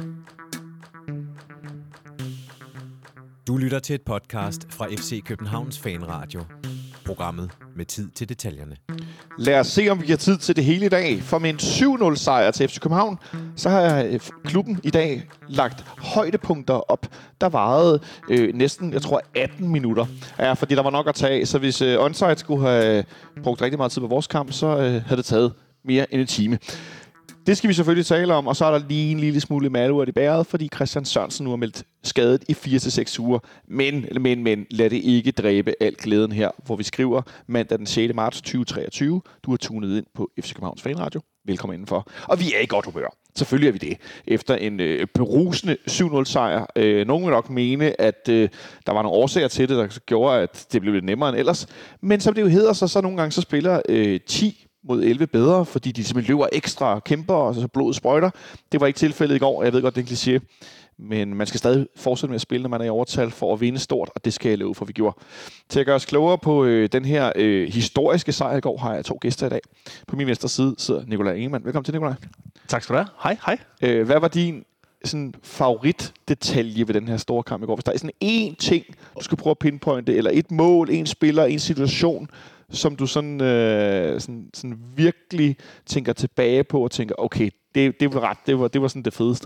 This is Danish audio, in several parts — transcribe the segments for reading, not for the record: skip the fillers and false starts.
Du lytter til et podcast fra FC Københavns Fanradio. Programmet med tid til detaljerne. Lad os se, om vi har tid til det hele i dag. For med en 7-0 sejr til FC København, så har klubben i dag lagt højdepunkter op, der varede næsten, jeg tror, 18 minutter. Ja, fordi der var nok at tage. Så hvis Onsite skulle have brugt rigtig meget tid på vores kamp, så havde det taget mere end en time. Det skal vi selvfølgelig tale om, og så er der lige en lille smule malurt i bæret, fordi Christian Sørensen nu er meldt skadet i 4-6 uger. Men, lad det ikke dræbe al glæden her, hvor vi skriver mandag den 6. marts 2023. Du har tunet ind på FC Københavns Fanradio. Velkommen indenfor. Og vi er i godt humør. Selvfølgelig er vi det. Efter en berusende 7-0 sejr. Nogen vil nok mene, at der var nogle årsager til det, der gjorde, at det blev lidt nemmere end ellers. Men som det jo hedder, så nogle gange så spiller 10 mod 11 bedre, fordi de simpelthen løber ekstra kæmper, og så blodet sprøjter. Det var ikke tilfældet i går, jeg ved godt, det er en kliché. Men man skal stadig fortsætte med at spille, når man er i overtal, for at vinde stort, og det skal jeg love for, vi gjorde. Til at gøre os klogere på den her historiske sejr i går, har jeg 2 gæster i dag. På min venstre side sidder Nikolaj Ingemann. Velkommen til, Nikolaj. Tak skal du have. Hej. Hvad var din sådan favoritdetalje ved den her store kamp i går? Hvis der er sådan én ting, du skal prøve at pinpointe, eller et mål, en spiller, en situation, som du sådan virkelig tænker tilbage på og tænker, okay, det var sådan det fedeste.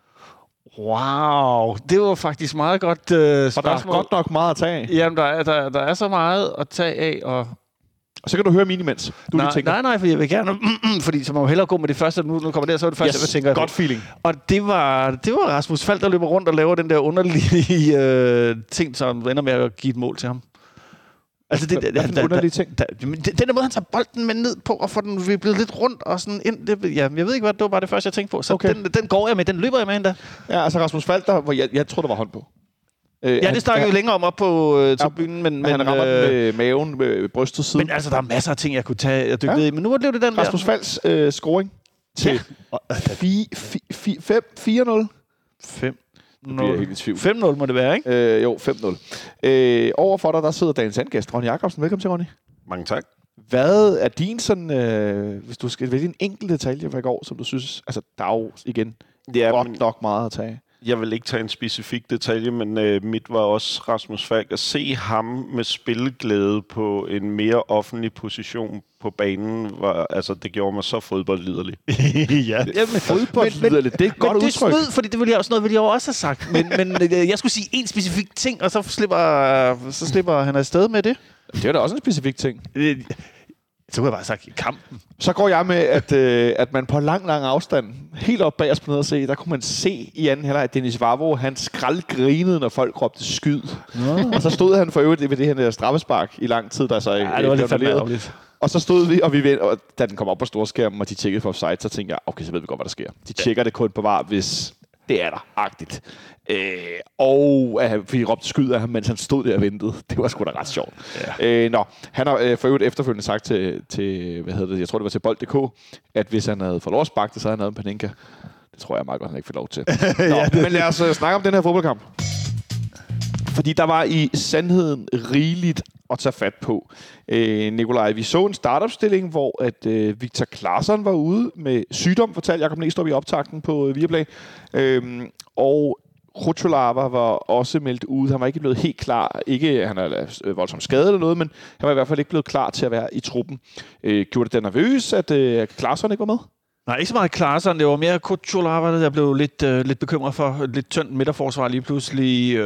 Wow, det var faktisk meget godt spørgsmål. Og der er godt nok meget at tage af. Jamen, der er så meget at tage af, og så kan du høre minimens. Nej, for jeg vil gerne, fordi så må man hellere gå med det første, nu kommer det, så er det første, jeg tænker. Godt feeling. Og det var Rasmus Falk, der løber rundt og laver den der underlige ting, som ender med at give et mål til ham. Altså den underlige ting. Den der måde, han tager bolden med ned på, og får den blevet lidt rundt og sådan ind. Jeg ved ikke, hvad det var bare det første, jeg tænkte på. Så okay. den går jeg med, den løber jeg med endda. Ja, altså Rasmus Falk, jeg tror, der var hånd på. Det snakkede vi længere om op på tribunen, men han rammer den med maven, med brystet siden. Men altså, der er masser af ting, jeg kunne tage og dykke ned i. Men nu blev det den Rasmus Falks scoring til 4-0. 5. Nu bliver jeg helt i tvivl. 5-0 må det være, ikke? Jo, 5-0. Overfor dig, der sidder dagens andgæst, Ronny Jakobsen. Velkommen til, Ronny. Mange tak. Hvad er din sådan, hvis du skal vælge en enkelt detalje fra i går, som du synes, altså der er jo igen godt nok meget at tage. Jeg vil ikke tage en specifik detalje, men mit var også Rasmus Falk. At se ham med spilleglæde på en mere offentlig position på banen, det gjorde mig så fodboldliderlig. Ja, men fodboldliderlig, det er et godt udtryk. Det er snyd, fordi det ville jeg jo også have sagt. Men jeg skulle sige en specifik ting, og så slipper han afsted med det. Det er da også en specifik ting. Så kunne jeg bare sagt i kampen. Så går jeg med, at man på lang afstand, helt op bag os på nede at se, der kunne man se i anden halvleg, at Dennis Vavro, han skraldgrinede, når folk råbte skyd. Og så stod han for øvrigt ved det her der straffespark i lang tid, der så det var lidt fornærligt. Og så stod vi, og da den kom op på storskærmen, og de tjekkede for offside, så tænkte jeg, okay, så ved vi godt, hvad der sker. De tjekker det kun på VAR, hvis det er der-agtigt. Fordi de råbte skyd af ham, mens han stod der og ventede. Det var sgu da ret sjovt. Ja. Han har for øvrigt efterfølgende sagt til hvad hedder det, jeg tror det var til Bold.dk, at hvis han havde fået lov at sparke det, så havde han havde en Panenka. Det tror jeg meget godt, han ikke fik lov til. Men lad os snakke om den her fodboldkamp. Fordi der var i sandheden rigeligt at tage fat på. Nikolaj, vi så en startopstilling, hvor at Victor Claesson var ude med sygdom, fortalte Jakob Næstrup i optakten på Viaplay. Og Rucholava var også meldt ude. Han var ikke blevet helt klar. Ikke, han er voldsomt skadet eller noget, men han var i hvert fald ikke blevet klar til at være i truppen. Gjorde det da nervøs, at Claesson ikke var med? Nej, ikke så meget Claesson. Det var mere Rucholava, der blev lidt bekymret for lidt tyndt midterforsvar lige pludselig.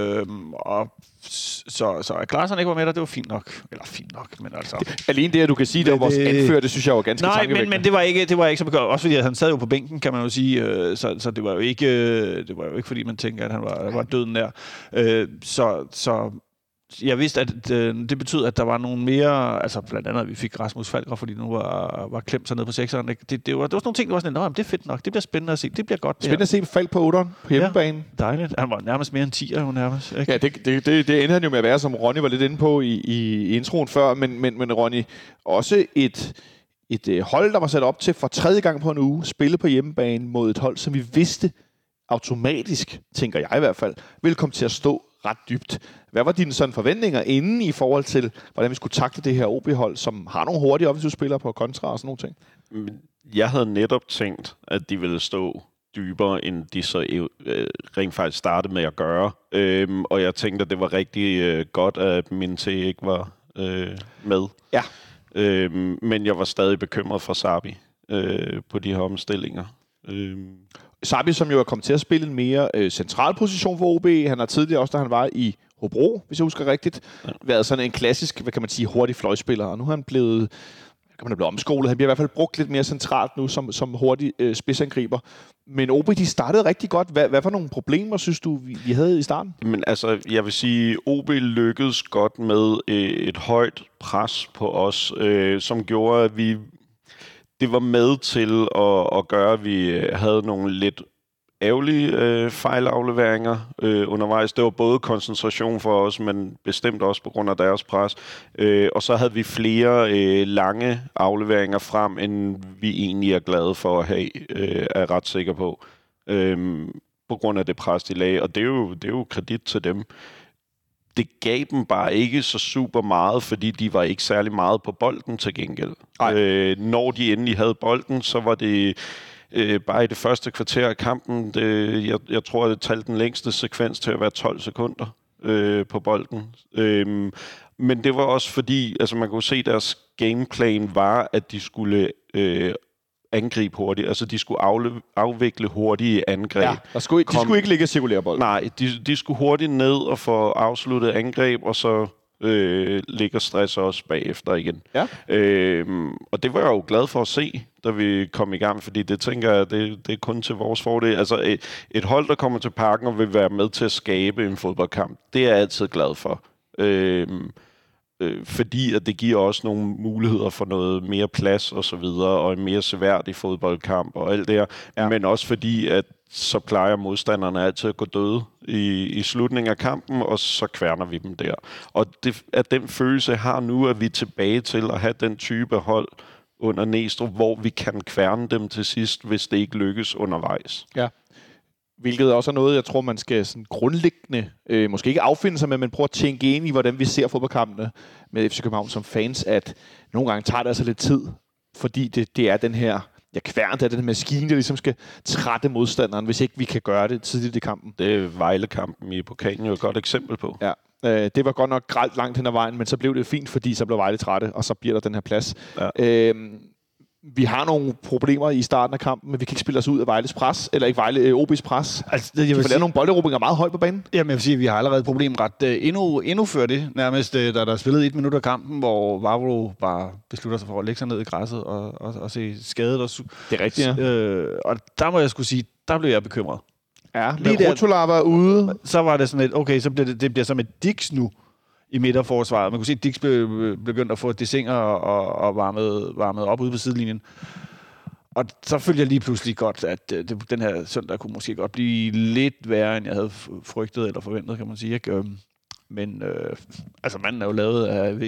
Så at Claesson ikke var med der, det var fint nok. Eller fint nok, men altså... Alene det, at du kan sige, det var vores anfører, det synes jeg var ganske tankevækkende. Nej, men det var ikke så bekymret. Også fordi han sad jo på bænken, kan man jo sige. Så det var jo ikke fordi man tænker, at han var døden der. Så jeg vidste, at det betød, at der var nogle mere... Altså blandt andet, at vi fik Rasmus Falk, fordi nu var klemt sig ned på 6'eren. Det var sådan nogle ting, der var sådan, det er fedt nok. Det bliver spændende at se. Det bliver godt. Spændende at se Falk på 8'eren på hjemmebane. Ja, dejligt. Han var nærmest mere end 10'er jo nærmest. Ikke? Ja, det endte han jo med at være, som Ronny var lidt inde på i introen før. Men Ronny, også et hold, der var sat op til for 3. gang på en uge, spille på hjemmebane mod et hold, som vi vidste automatisk, tænker jeg i hvert fald, ville komme til at stå ret dybt. Hvad var dine sådan forventninger inden i forhold til, hvordan vi skulle takle det her OB-hold, som har nogle hurtige offensivspillere på kontra og sådan nogle ting? Jeg havde netop tænkt, at de ville stå dybere, end de så rent faktisk startede med at gøre. Og jeg tænkte, at det var rigtig godt, at Minte ikke var med. Ja. Men jeg var stadig bekymret for Sarbi på de her omstillinger. Sarbi, som jo er kommet til at spille en mere central position for OB. Han har tidligere også, da han var i Hobro, hvis jeg husker rigtigt, været sådan en klassisk, hvad kan man sige, hurtig fløjspiller. Og nu har han blevet omskolet. Han bliver i hvert fald brugt lidt mere centralt nu som hurtig spidsangriber. Men OB, de startede rigtig godt. Hvad for nogle problemer, synes du, vi havde i starten? Men altså, jeg vil sige, OB lykkedes godt med et højt pres på os, som gjorde, at det var med til at gøre, at vi havde nogle lidt ærgerlige fejlafleveringer undervejs. Det var både koncentration for os, men bestemt også på grund af deres pres. Og så havde vi flere lange afleveringer frem, end vi egentlig er glade for at have, er jeg ret sikker på. På grund af det pres, de lagde. Og det er jo kredit til dem. Det gav dem bare ikke så super meget, fordi de var ikke særlig meget på bolden til gengæld. Når de endelig havde bolden, så var det bare i det første kvarter af kampen. Jeg tror, at det talte den længste sekvens til at være 12 sekunder på bolden. Men det var også fordi, altså man kunne se, at deres gameplan var, at de skulle angribe hurtigt. Altså, de skulle afvikle hurtige angreb. Ja, de skulle ikke ligge og cirkulere bolden. Nej, de skulle hurtigt ned og få afsluttet angreb, og så ligger stress også bagefter igen. Ja. Og det var jeg jo glad for at se, da vi kom i gang, fordi det tænker jeg, det er kun til vores fordel. Altså, et hold, der kommer til parken og vil være med til at skabe en fodboldkamp, det er jeg altid glad for. Fordi at det giver også nogle muligheder for noget mere plads og så videre, og en mere seværdig fodboldkamp og alt det her. Ja. Men også fordi, at så plejer modstanderne altid at gå døde i slutningen af kampen, og så kværner vi dem der. Og at den følelse har nu, at vi er tilbage til at have den type hold under Næstrup, hvor vi kan kværne dem til sidst, hvis det ikke lykkes undervejs. Ja. Hvilket også er noget, jeg tror, man skal sådan grundlæggende, måske ikke affinde sig med, men prøve at tænke ind i, hvordan vi ser fodboldkampene med FC København som fans, at nogle gange tager det altså lidt tid, fordi det er den her kværn, det er den her maskine, der ligesom skal trætte modstanderen, hvis ikke vi kan gøre det tidligt i kampen. Det er Vejle-kampen i pokalen jo et godt eksempel på. Ja. Det var godt nok grelt langt hen ad vejen, men så blev det fint, fordi så blev Vejle trætte, og så bliver der den her plads. Ja. Vi har nogle problemer i starten af kampen, men vi kan ikke spille os ud af Vejles pres, eller ikke Vejle OB's pres. Altså, jeg vil sige nogle bolderobringer meget højt på banen. Jamen, jeg vil sige, at vi har allerede et problem endnu før det, nærmest, da der spillede 1 minut af kampen, hvor Vavro bare beslutter sig for at lægge sig ned i græsset og se skadet. Det er rigtigt, ja. Og der må jeg skulle sige, der blev jeg bekymret. Ja, lige Rotola var ude. Så var det sådan et, okay, så det bliver som et Dix nu i midterforsvaret. Man kunne se, at Dix begyndte at få desinger og varmet op ude på sidelinjen. Og så følte jeg lige pludselig godt, at den her søndag kunne måske godt blive lidt værre, end jeg havde frygtet eller forventet, kan man sige. Ikke? Men altså manden er jo lavet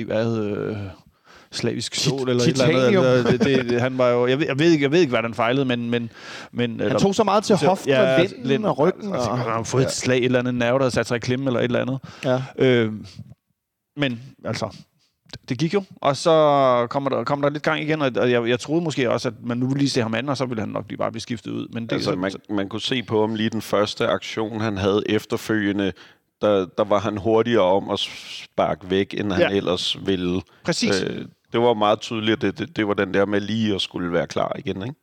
af slavisk stål eller et eller andet. Han var jo, jeg ved ikke, hvad han fejlede, men han tog så meget til hoften og lænden og ryggen. Og han har fået et slag, et eller andet nerve, der sat sig i klemme eller et eller andet. Ja. Men altså, det gik jo, og så kom der lidt gang igen, og jeg troede måske også, at man nu ville lige se ham anden, og så ville han nok bare blive skiftet ud. Men det, altså, man kunne se på ham lige den første aktion, han havde efterfølgende, der var han hurtigere om at sparke væk, end han ellers ville. Præcis. Det var meget tydeligt, at det var den der med lige at skulle være klar igen, ikke?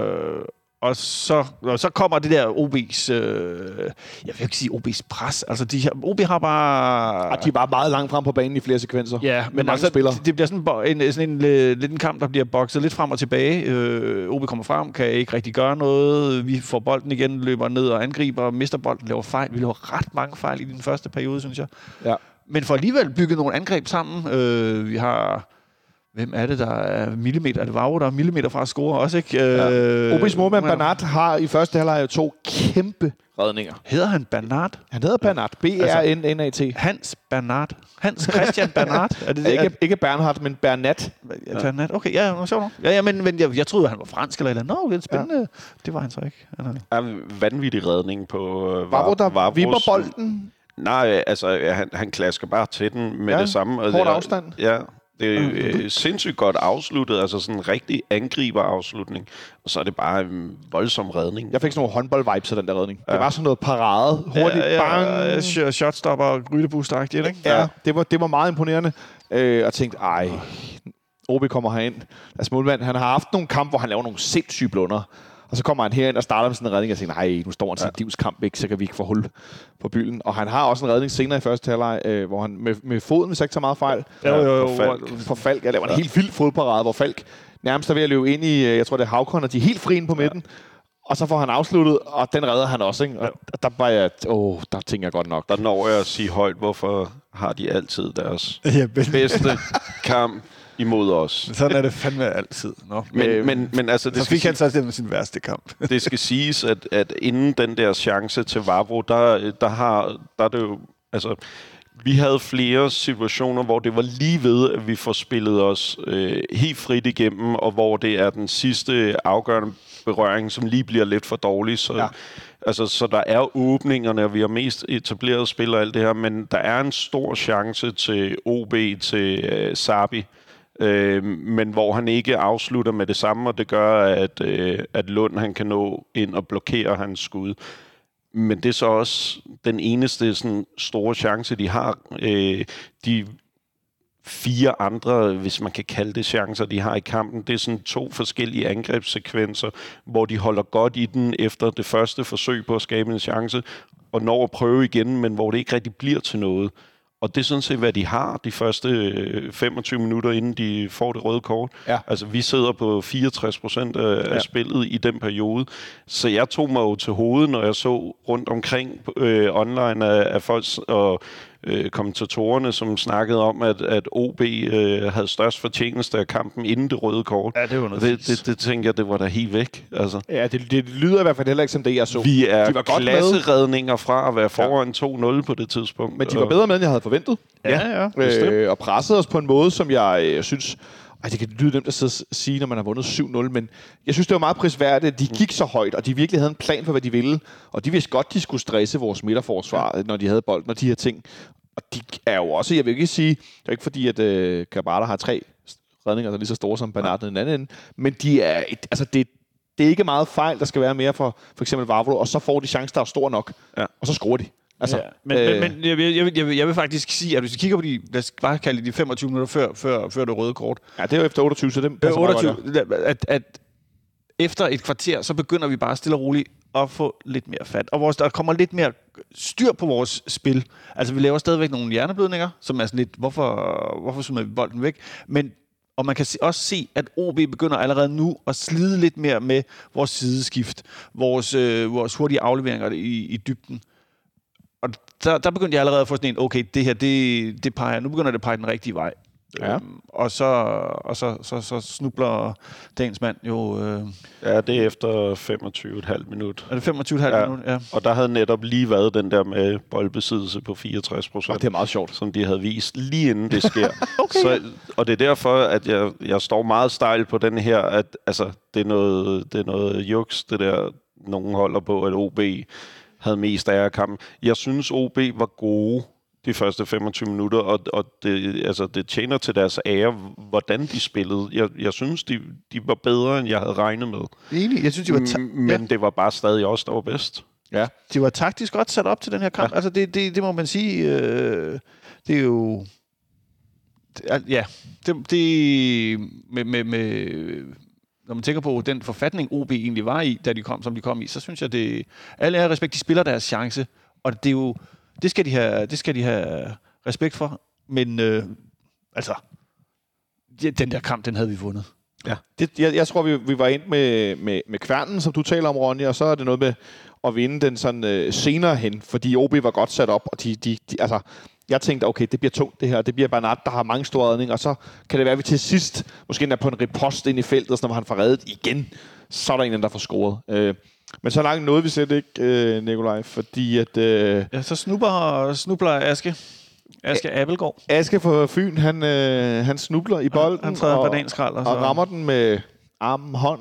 Og så kommer det der OB's... jeg vil ikke sige OB's pres. Altså, OB har bare... De er bare meget langt frem på banen i flere sekvenser. Ja, men altså, det bliver sådan en kamp, der bliver bokset lidt frem og tilbage. OB kommer frem, kan ikke rigtig gøre noget. Vi får bolden igen, løber ned og angriber, mister bolden, laver fejl. Vi laver ret mange fejl i den første periode, synes jeg. Ja. Men for alligevel bygget nogle angreb sammen. Vi har... Hvem er det, der er millimeter? Er det Vavro, der er millimeter fra at score også, ikke? OB's målmand Bernat har i første halvleg 2 kæmpe redninger. Hedder han Bernat? Han hedder Bernat. B-R-N-N-A-T. Hans Bernat. Hans Christian Bernat. Er det ikke Bernhard, men Bernat. Bernat, okay. Ja, sjovt nok. Ja, men jeg troede, han var fransk eller et eller andet. Nå, det er spændende. Ja. Det var han så ikke. Vanvittig redning på Vavro, der vipper bolden. Nej, altså, han klasker bare til den med det samme. Kort afstand. Ja. Det er sindssygt godt afsluttet, altså sådan en rigtig angriber-afslutning. Og så er det bare en voldsom redning. Jeg fik sådan nogle håndbold-vibes af den der redning. Ja. Det var sådan noget parade, hurtigt, bang. Shotstopper og grydeboost-agtigt, ikke? Ja, det var meget imponerende. Og tænkte, OB kommer herind. Altså målmand, han har haft nogle kampe, hvor han laver nogle sindssyge blunder. Og så kommer han herind og starter med sådan en redning, og tænker, nu står han til en livskamp, ikke? Så kan vi ikke få hul på bylden. Og han har også en redning senere i første halvleg, hvor han med foden, hvis jeg ikke tager meget fejl, på Falk. Jeg laver en helt vild fodparade, hvor Falk nærmest er ved at løbe ind i, jeg tror det er Havkon, og de er helt fri inde på midten. Og så får han afsluttet, og den redder han også, ikke? Og der var jeg, der tænker jeg godt nok. Der når jeg at sige højt, hvorfor har de altid deres bedste kamp imod os. Sådan er det fandme altid. Men altså, det så fik han så sin værste kamp. Det skal siges, at inden den der chance til Vavro, der er det jo... Altså, vi havde flere situationer, hvor det var lige ved, at vi får spillet os helt frit igennem, og hvor det er den sidste afgørende berøring, som lige bliver lidt for dårlig. Så der er åbningerne, og vi har mest etableret spil og alt det her, men der er en stor chance til OB, til Sabi, men hvor han ikke afslutter med det samme, og det gør, at Lund han kan nå ind og blokere hans skud. Men det er så også den eneste sådan, store chance, de har. De 4 andre, hvis man kan kalde det chancer, de har i kampen, det er sådan 2 forskellige angrebssekvenser, hvor de holder godt i den efter det første forsøg på at skabe en chance, og når at prøve igen, men hvor det ikke rigtig bliver til noget. Og det er sådan set, hvad de har de første 25 minutter, inden de får det røde kort. Ja. Altså, vi sidder på 64% af spillet i den periode. Så jeg tog mig jo til hovedet, når jeg så rundt omkring online af folk og kommentatorerne, som snakkede om, at OB havde størst fortjeneste af kampen inden det røde kort. Ja, det var noget det tænker jeg, det var da helt væk. Altså. Ja, det lyder i hvert fald heller ikke som det, jeg så. Vi er klasseredninger fra at være foran 2-0 på det tidspunkt. Men de var bedre med, end jeg havde forventet. Ja. Og pressede os på en måde, som jeg synes... det kan lyde nemt at sige, når man har vundet 7-0, men jeg synes, det var meget prisværdigt. De gik så højt, og de virkelig havde en plan for, hvad de ville. Og de vidste godt, de skulle stresse vores midterforsvar, når de havde bolden og de her ting. Og de er jo også, jeg vil ikke sige, det er ikke fordi, at Cabada har 3 redninger, der er lige så store som Bernard i den anden ende, men de er det er ikke meget fejl, der skal være mere for eksempel Vavro, og så får de chance, der er stor nok, og så scorer de. Altså, men jeg vil faktisk sige, at hvis vi kigger på lad os bare kalde de 25 minutter før det røde kort. Ja, det er jo efter 28, så det passer 28, godt, at efter et kvarter, så begynder vi bare stille og roligt at få lidt mere fat. Og der kommer lidt mere styr på vores spil. Altså, vi laver stadigvæk nogle hjerneblødninger, som er sådan lidt, hvorfor smider vi bolden væk? Og man kan også se, at OB begynder allerede nu at slide lidt mere med vores sideskift, vores hurtige afleveringer i dybden. Og der begyndte jeg allerede at få sådan en, okay, det her, det peger, nu begynder det at pege den rigtige vej. Ja. Og så snubler dagens mand jo... Ja, det er efter 25,5 minut. Er det 25,5 minut? Ja. Og der havde netop lige været den der med boldbesiddelse på 64%. Det er meget sjovt. Som de havde vist lige inden det sker. Okay. Og det er derfor, at jeg står meget stejlt på den her, at altså, det er noget juks, det der nogen holder på, at OB havde mest af kampen. Jeg synes, OB var gode de første 25 minutter, og det tjener til deres ære, hvordan de spillede. Jeg synes, de var bedre, end jeg havde regnet med. Enig. Jeg synes, de var men det var bare stadig os, der var bedst. Ja. De var taktisk godt sat op til den her kamp. Ja. Altså, det må man sige. Det er jo... Ja, når man tænker på den forfatning, OB egentlig var i, som de kom i, så synes jeg, alle er respekt, de spiller deres chance, og det er jo, det skal de have respekt for, men den der kamp, den havde vi vundet. Ja. Jeg tror, vi var ind med kværnen, som du taler om, Ronny, og så er det noget med at vinde den sådan senere hen, fordi OB var godt sat op, og altså... Jeg tænkte, okay, det bliver tungt det her. Det bliver Bernard, der har mange store redninger, og så kan det være, at vi til sidst måske er på en ripost ind i feltet, når han får reddet igen. Så er der en, der får scoret. Men så langt nåede vi slet ikke, Nikolaj, fordi at... Ja, så snubler Aske Abelgaard. Aske fra Fyn, han snubler i bolden. Han træder en bananskrald. Og rammer den med armen, hånden.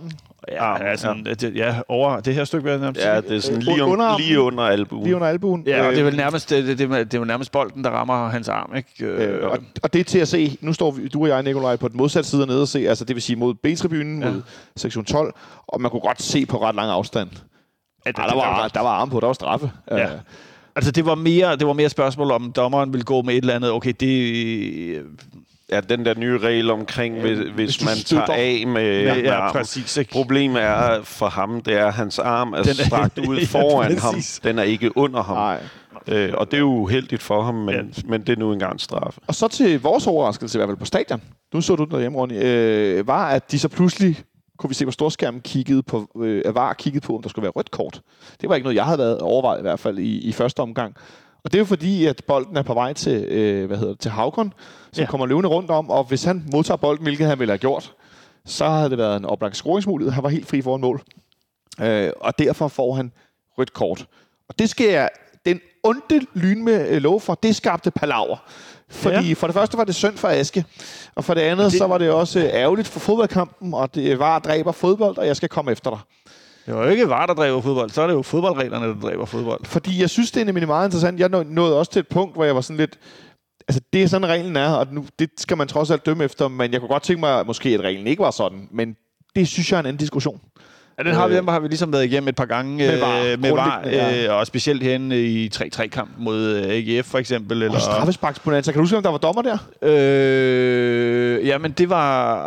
over det her stykke, vil jeg nærmest sige. Ja, det er sådan lige under albuen. Lige under albuen. Ja, og det er vel nærmest, det er jo nærmest bolden, der rammer hans arm, ikke? Og det er til at se, nu står du og jeg, Nikolaj, på den modsatte side nede og se, altså det vil sige mod B-tribunen, mod sektion 12, og man kunne godt se på ret lang afstand. Der var arm på, der var straffe. Ja. Altså det var mere spørgsmål om dommeren ville gå med et eller andet. Okay, det ja, den der nye regel omkring, hvis man tager af med armen. Præcis, ikke? Problemet er for ham, det er, at hans arm er strakt ud foran ham. Den er ikke under ham. Og det er jo uheldigt for ham, men det er nu engang straffe. Og så til vores overraskelse, i hvert fald på stadion, nu så du derhjemme, Ronny, var, at de så pludselig, kunne vi se på storskærmen, kiggede på, om der skulle være rødt kort. Det var ikke noget, jeg havde været overvejet i hvert fald i første omgang. Og det er jo fordi, at bolden er på vej til, til Haugen, som kommer løbende rundt om, og hvis han modtager bolden, hvilket han ville have gjort, så havde det været en oplagt scoringsmulighed. Han var helt fri foran mål. Og derfor får han rødt kort. Og det skal jeg den onde lyn med lov for, det skabte palaver. Fordi for det første var det synd for Aske, og for det andet så var det også ærgerligt for fodboldkampen, og det var dræber fodbold, og jeg skal komme efter dig. Det var jo ikke VAR, der dræber fodbold. Så er det jo fodboldreglerne, der dræber fodbold. Fordi jeg synes, det er nemlig meget interessant. Jeg nåede også til et punkt, hvor jeg var sådan lidt... Altså, det er sådan, reglen er, og nu, det skal man trods alt dømme efter, men jeg kunne godt tænke mig, måske, at reglen ikke var sådan. Men det synes jeg er en anden diskussion. Ja, den har vi ligesom været igennem et par gange med VAR, og specielt herinde i 3-3-kampen mod AGF for eksempel. Eller straffesparksbonanza. Kan du huske, om der var dommer der? Jamen, det var...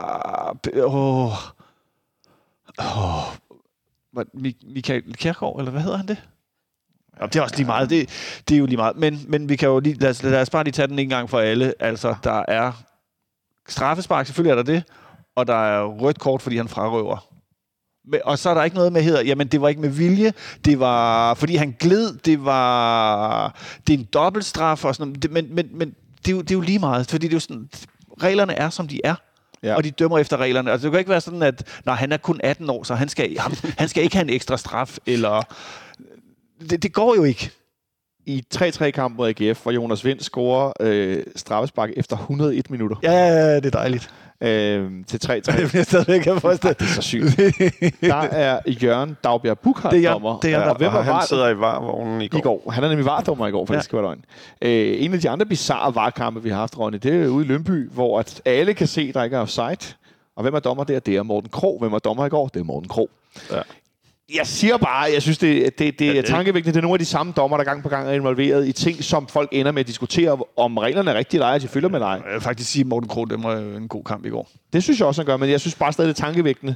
Michael Kjærgaard, eller hvad hedder han det? Ja, det er også lige meget. Det er jo lige meget. Men vi kan jo lige... Lad os bare lige tage den en gang for alle. Altså, der er straffespark, selvfølgelig er der det, og der er rødt kort, fordi han frarøver. Og så er der ikke noget med hedder, jamen det var ikke med vilje, det var fordi han gled, det er en dobbeltstraf og sådan noget, men det er jo lige meget, fordi det er jo sådan, reglerne er som de er. Ja. Og de dømmer efter reglerne. Altså det kan ikke være sådan, at han er kun 18 år, så han skal ikke have en ekstra straf, eller... Det går jo ikke. I 3-3-kamp mod AGF, hvor Jonas Vind scorer straffespark efter 101 minutter. Ja, det er dejligt. Til 3-3. Det bliver stadigvæk at forstå. Det er så sygt. Der er Jørgen Daugbjerg Buchhardt dommer. Det er der. Og han sidder i VAR-vognen i går. Han er nemlig VAR-dommer i går, for det skal være løgn. En af de andre bizarre VAR-kampe, vi har haft, Ronny, det er ude i Lyngby, hvor at alle kan se, der ikke er offside. Og hvem er dommer der? Det er Morten Krog. Hvem er dommer i går? Det er Morten Krog. Ja. Jeg siger bare, jeg synes, det er tankevækkende. Det er nogle af de samme dommer, der gang på gang er involveret i ting, som folk ender med at diskutere, om reglerne er rigtige eller ej, at de følger med dig. Jeg vil faktisk sige, at Morten Krog, det var en god kamp i går. Det synes jeg også, han gør, men jeg synes bare stadig, det er tankevækkende,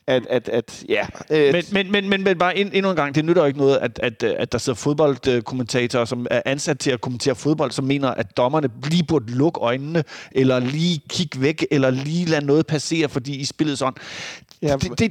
Men bare endnu en gang, det nytter jo ikke noget, at der sidder fodboldkommentatorer, som er ansat til at kommentere fodbold, som mener, at dommerne lige burde lukke øjnene, eller lige kigge væk, eller lige lade noget passere, fordi i spillet sådan. Ja, det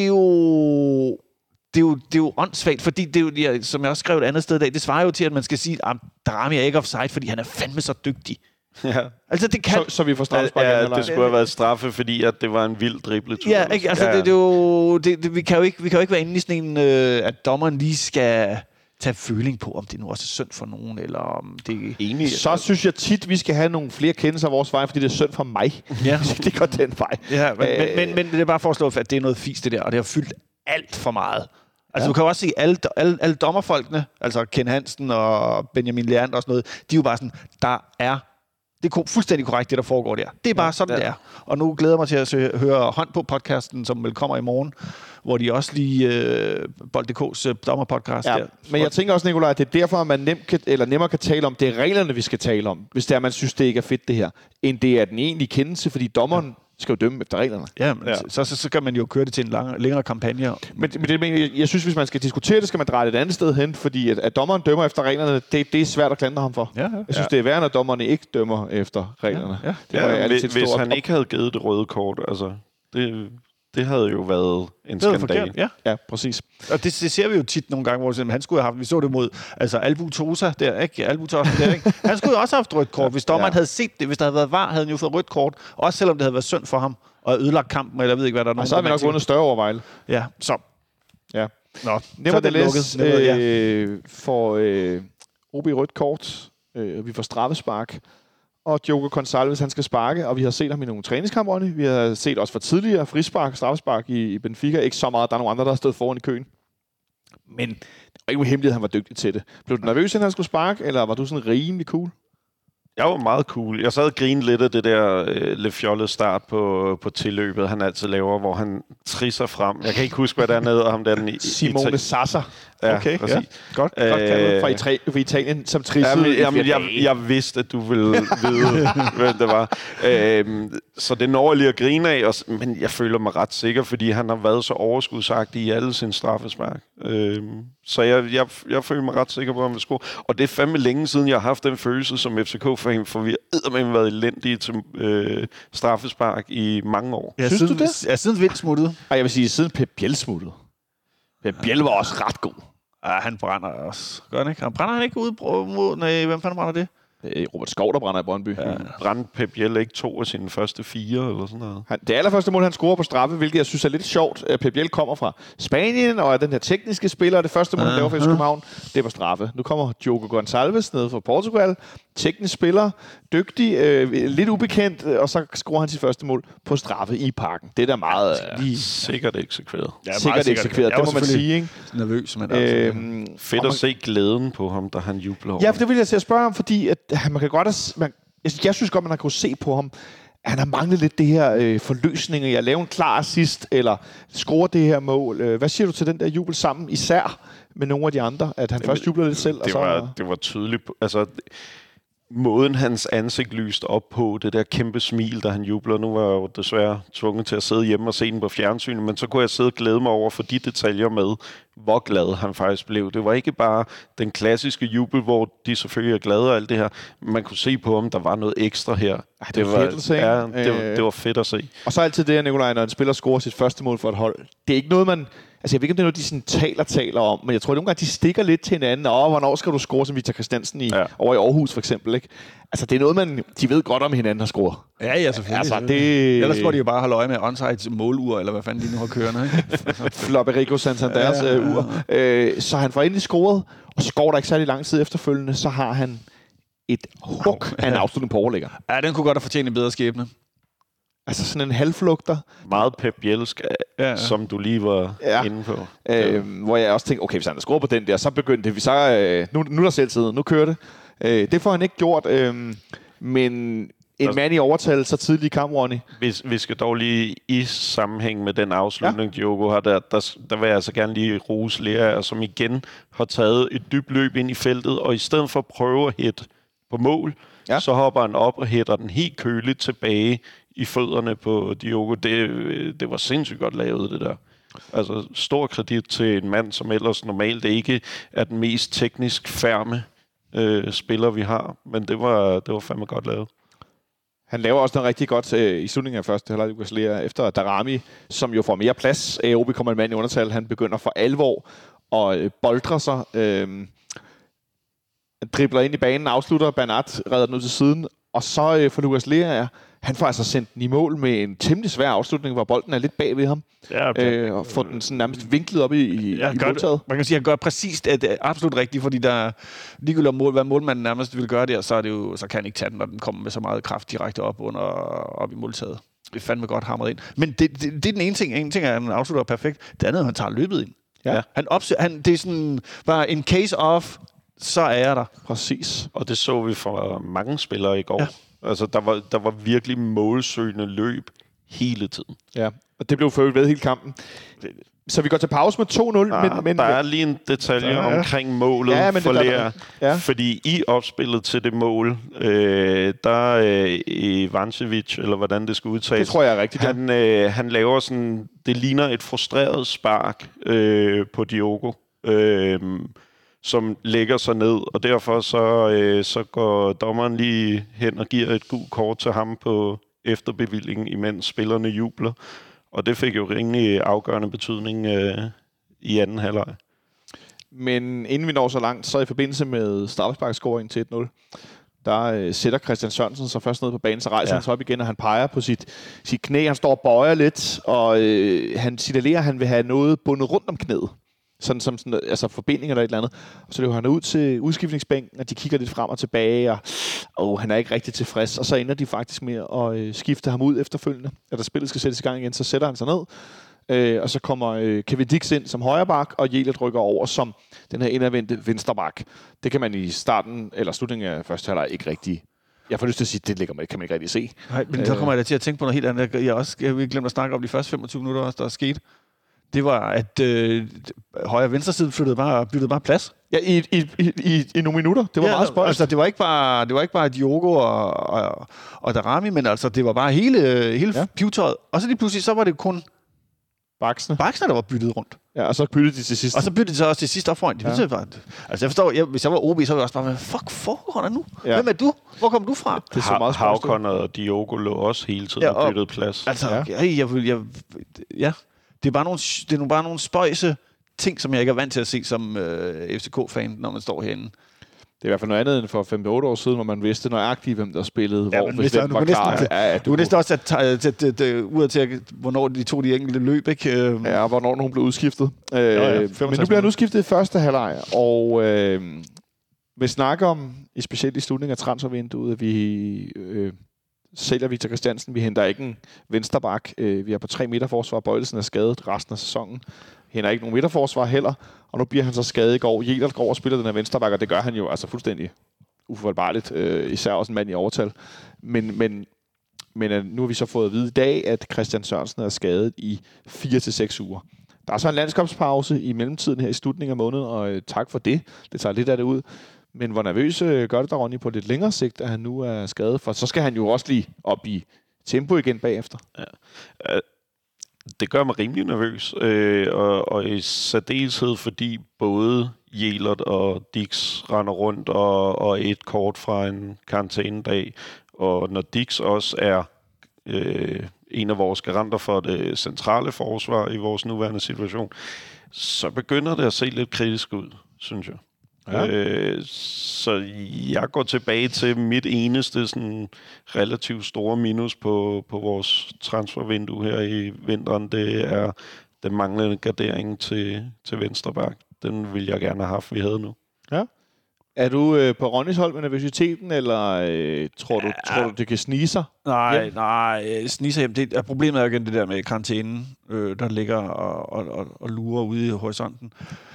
er jo åndssvagt, fordi det er jo, som jeg også skrev et andet sted i dag, det svarer jo til, at man skal sige, at Darami er ikke offside, fordi han er fandme så dygtig. Ja. Altså det kan... Så vi får straffespark. Ja, det skulle have været straffe, fordi at det var en vild dribletur. Ja, ikke? Altså det er jo... Vi kan jo ikke være inde i sådan en, at dommeren lige skal tage føling på, om det nu også er synd for nogen, eller om det... Enig. Så synes jeg tit, vi skal have nogle flere kendelser af vores vej, fordi det er synd for mig. Ja. Det går den vej. Ja, men det er bare for at slå, at det er noget fisk, det der, og det har fyldt alt for meget. Altså, du kan jo også se, alle dommerfolkene, altså Ken Hansen og Benjamin Leander og sådan noget, de er jo bare sådan, det er fuldstændig korrekt, det der foregår der. Det er bare sådan, det er. Og nu glæder jeg mig til at høre Hånd på podcasten, som vel kommer i morgen, hvor de også lige Bold.dk's dommerpodcast der. Men jeg tænker også, Nikolaj, at det er derfor, at man nemmere kan tale om, det er reglerne, vi skal tale om, hvis det er, man synes, det ikke er fedt, det her, end det er den egentlige kendelse, fordi dommeren skal jo dømme efter reglerne. Ja, men så kan man jo køre det til en længere kampagne. Men jeg synes, hvis man skal diskutere det, skal man dreje det et andet sted hen, fordi at dommeren dømmer efter reglerne, det er svært at klandre ham for. Ja. Jeg synes, det er værre, når dommerne ikke dømmer efter reglerne. Hvis han ikke havde givet det røde kort, altså det havde jo været en skandal. Ja, præcis. Og det ser vi jo tit nogle gange, hvor han skulle have haft, vi så det mod, altså Albu Tosa der, ikke? Albu Tosa der, ikke? Han skulle jo også have haft rødt kort. Hvis dommeren havde set det, hvis der havde været VAR, havde han jo fået rødt kort. Også selvom det havde været synd for ham, og ødelagt kampen, eller jeg ved ikke, hvad der er nogen. Og så har vi nok vundet større over Vejle. Ja, så. Ja. Nå, Nevertheless får OB rødt kort. Vi får straffespark. og Diogo Gonçalves, han skal sparke, og vi har set ham i nogle træningskampe. Vi har set også for tidligere frispark, straffespark i Benfica. Ikke så meget, der er nogle andre, der har stået foran i køen. Men det var ikke hemmeligt, at han var dygtig til det. Blev du nervøs, at han skulle sparke, eller var du sådan rimelig cool? Jeg var meget cool. Jeg sad og grinede lidt af det der lidt fjollede start på tilløbet, han altid laver, hvor han trisser frem. Jeg kan ikke huske, hvad der er nede om den. Simone Sasa. Ja, okay, ja. Godt kaldet fra Italien, som trissede. Jeg vidste, at du ville vide, hvem det var. Så det når jeg lige at grine af, men jeg føler mig ret sikker, fordi han har været så overskudsagtig i alle sine straffespark. Så jeg føler mig ret sikker på, at han vil score. Og det er fandme længe siden, jeg har haft den følelse som FCK-fan, for vi har eddermame været elendige til straffespark i mange år. Ja, synes du det? Ja, siden Vind smuttede. Jeg vil sige, siden Pep Biel smuttede. Pep Biel var også ret god. Ja, han brænder også. Gør han ikke? Han brænder han ikke ud mod... Nej, hvem fanden brænder det? Det er Robert Skov, der brænder i Brøndby. Ja. Brændte Pep Biel ikke 2 af sine første 4 eller sådan noget? Det allerførste mål, han scorer på straffe, hvilket jeg synes er lidt sjovt. Pep Biel kommer fra Spanien, og er den her tekniske spiller. Det første mål, han laver for FC København, det er på straffe. Nu kommer Diogo Gonçalves ned fra Portugal. Teknisk spiller, dygtig, lidt ubekendt, og så scorer han sit første mål på straffe i Parken. Det er da meget... sikkert eksekveret. Ja, sikkert eksekveret, det må man sige, ikke? Nervøs, men fedt at se glæden på ham, da han jubler over. Ja, for det vil jeg til at spørge om, fordi at man kan godt... Jeg synes godt, man har kunnet se på ham, at han har manglet lidt det her forløsninger i at lave en klar assist, eller score det her mål. Hvad siger du til den der jubel sammen, især med nogle af de andre, at han først jubler lidt selv? Det var tydeligt. Altså, måden hans ansigt lyste op på, det der kæmpe smil, da han jubler. Nu var jeg jo desværre tvunget til at sidde hjemme og se den på fjernsynet, men så kunne jeg sidde og glæde mig over for de detaljer med, hvor glad han faktisk blev. Det var ikke bare den klassiske jubel, hvor de selvfølgelig er glade og alt det her. Man kunne se på ham, der var noget ekstra her. Det var fedt at se. Ja, det var fedt at se. Og så altid det, Nikolaj, når en spiller scorer sit første mål for et hold. Det er ikke noget, man... Altså, jeg ved ikke, om det er noget, de sådan taler om, men jeg tror, at nogle gange, de stikker lidt til hinanden. Hvornår skal du score, som Victor Christiansen over i Aarhus, for eksempel, ikke? Altså, det er noget, de ved godt om hinanden har scoret. Ja, selvfølgelig. Altså, det... Ellers må de jo bare holde øje med onsite målur, eller hvad fanden de nu har kørende, ikke? Floperico Santanders ur. Så han får endelig scoret, og så går der ikke særlig lang tid efterfølgende, så har han et hug af en afslutning på overlægger. Ja, den kunne godt have fortjent en bedre skæbne. Altså sådan en halvflugter. Meget Pep Bielsk, som du lige var inde på. Hvor jeg også tænkte, okay, hvis han havde scoret på den der, så begyndte vi så... nu er der selv tid, nu kører det. Det får han ikke gjort, men en mand i overtal så tidligt i kamp, Ronny. Vi skal dog lige i sammenhæng med den afslutning, Diogo har, der vil jeg altså gerne lige rose Lea, som igen har taget et dybt løb ind i feltet, og i stedet for at prøve at hætte på mål, så hopper han op og hætter den helt køligt tilbage i fødderne på Diogo. Det var sindssygt godt lavet, det der. Altså, stor kredit til en mand, som ellers normalt ikke er den mest teknisk færme spiller, vi har. Men det var fandme godt lavet. Han laver også noget rigtig godt i slutningen af første halvleg, Lukas Lea, efter Darami, som jo får mere plads. OB kommer en mand i undertal. Han begynder for alvor og boldrer sig. Dribler ind i banen, afslutter, Bernat redder den ud til siden. Og så for Lukas Lea, han får altså sendt den i mål med en temmelig svær afslutning, hvor bolden er lidt bag ved ham. Og får den sådan nærmest vinklet op i måltaget. Man kan sige, at han gør præcis det absolut rigtigt, fordi der ligegyldigt mål, hvad målmanden nærmest vil gøre der, så kan han ikke tage den, når den kommer med så meget kraft direkte op i måltaget. Det er fandme godt hamret ind. Men det er den ene ting. En ting er, at han afslutter perfekt. Det andet er, at han tager løbet ind. Ja. Det er sådan bare en case of, så er jeg der. Præcis. Og det så vi for mange spillere i går. Ja. Altså, der var virkelig målsøgende løb hele tiden. Ja, og det blev ført ved hele kampen. Så vi går til pause med 2-0. Men der er lige en detalje omkring målet for Lea. Ja. Fordi i opspillet til det mål, der Ivancevic, eller hvordan det skal udtales. Det tror jeg er rigtigt. Han laver sådan, det ligner et frustreret spark på Diogo. Som lægger sig ned, og derfor så går dommeren lige hen og giver et gult kort til ham på efterbevillingen, imens spillerne jubler. Og det fik jo rimelig afgørende betydning i anden halvleg. Men inden vi når så langt, så i forbindelse med straffesparkscoring til 1-0, der sætter Christian Sørensen sig først ned på banen, så rejser han sig op igen, og han peger på sit knæ. Han står og bøjer lidt, og han signalerer, at han vil have noget bundet rundt om knæet. sådan som sådan, altså forbinding eller et eller andet. Og så løber han ud til udskiftningsbænken, og de kigger lidt frem og tilbage, og han er ikke rigtig tilfreds. Og så ender de faktisk med at skifte ham ud efterfølgende. At da spillet skal sættes i gang igen, så sætter han sig ned. Og så kommer Kevin Dix ind som højre bak, og Jelert rykker over som den her indadvendte venstre bak. Det kan man i starten eller slutningen af første halvleg ikke rigtig. Jeg får lyst til at sige, det kan man ikke rigtig se. Nej, men så kommer jeg da til at tænke på noget helt andet. Jeg vil glemme at snakke om de første 25 minutter, også, der er sket. Det var, at højre og venstre side byttede bare plads. Ja, i nogle minutter. Det var meget spøjst. Altså, det var ikke bare Diogo og Darami, men altså, det var bare hele pivetøjet. Og så lige pludselig, så var det kun Baksne, der var byttet rundt. Ja, og så byttede de til sidst. Og så byttede de så også til sidst op foran. Altså, jeg forstår, hvis jeg var OB, så ville jeg også bare være, fuck, foregår der nu? Ja. Hvem er du? Hvor kom du fra? Det er så meget Havkon og Diogo lå også hele tiden og byttede plads. Altså, det er bare nogle spøjse ting, som jeg ikke er vant til at se som FCK-fan, når man står herinde. Det er i hvert fald noget andet end for 5-8 år siden, hvor man vidste nøjagtigt, hvem der spillede, hvor hvis hvem var klar. Du kunne næsten også tage ud til, hvornår de tog de enkelte løb, ikke? Ja, og hvornår nogen blev udskiftet. Men nu bliver han udskiftet i første halvleg, og vi snakker om, specielt i slutningen af transfervinduet, at vi sælger Victor Christiansen. Vi henter ikke en vensterbak. Vi er på 3 midterforsvar. Bøjlesen er skadet resten af sæsonen. Henter ikke nogen midterforsvar heller. Og nu bliver han så skadet i går. Jelert går og spiller den her vensterbak, og det gør han jo altså fuldstændig uforholdbarligt. Især også en mand i overtal. Men nu har vi så fået at vide i dag, at Christian Sørensen er skadet i 4 til 6 uger. Der er så en landskabspause i mellemtiden her i slutningen af måneden, og tak for det. Det tager lidt af det ud. Men hvor nervøs gør det der, Ronny, på lidt længere sigt, at han nu er skadet? For så skal han jo også lige op i tempo igen bagefter. Ja. Det gør mig rimelig nervøs. Og i særdeleshed, fordi både Jelert og Dix render rundt og et kort fra en karantænedag. Og når Dix også er en af vores garanter for det centrale forsvar i vores nuværende situation, så begynder det at se lidt kritisk ud, synes jeg. Ja. Så jeg går tilbage til mit eneste sådan relativt store minus på vores transfervindue her i vinteren. Det er den manglende gardering til venstreback. Den vil jeg gerne have haft, vi havde nu. Ja. Er du på Ronnys hold med nervøsiteten, eller tror du, det kan snige sig? Nej, snige sig hjem. Problemet er jo igen det der med karantænen, der ligger og lurer ude i horisonten.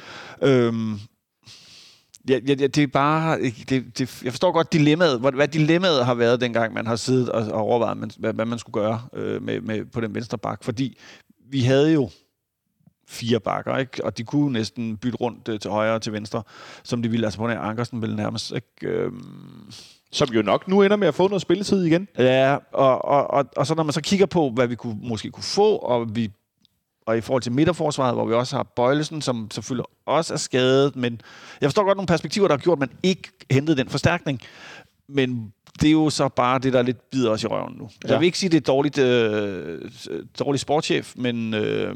Det er bare... jeg forstår godt dilemmaet, hvad dilemmaet har været, dengang man har siddet og overvejet, hvad man skulle gøre med på den venstre bak. Fordi vi havde jo 4 bakker, ikke? Og de kunne næsten bytte rundt til højre og til venstre, som de ville. Altså på den Ankersen ville nærmest... Ikke? Som jo nok nu ender med at få noget spilletid igen. Ja, og så når man så kigger på, hvad vi måske kunne få, og i forhold til midterforsvaret, hvor vi også har Bøjlesen, som selvfølgelig også er skadet, men jeg forstår godt nogle perspektiver, der har gjort, at man ikke hentede den forstærkning. Men det er jo så bare det, der lidt bider os i røven nu. Ja. Jeg vil ikke sige, det er dårlig sportschef, men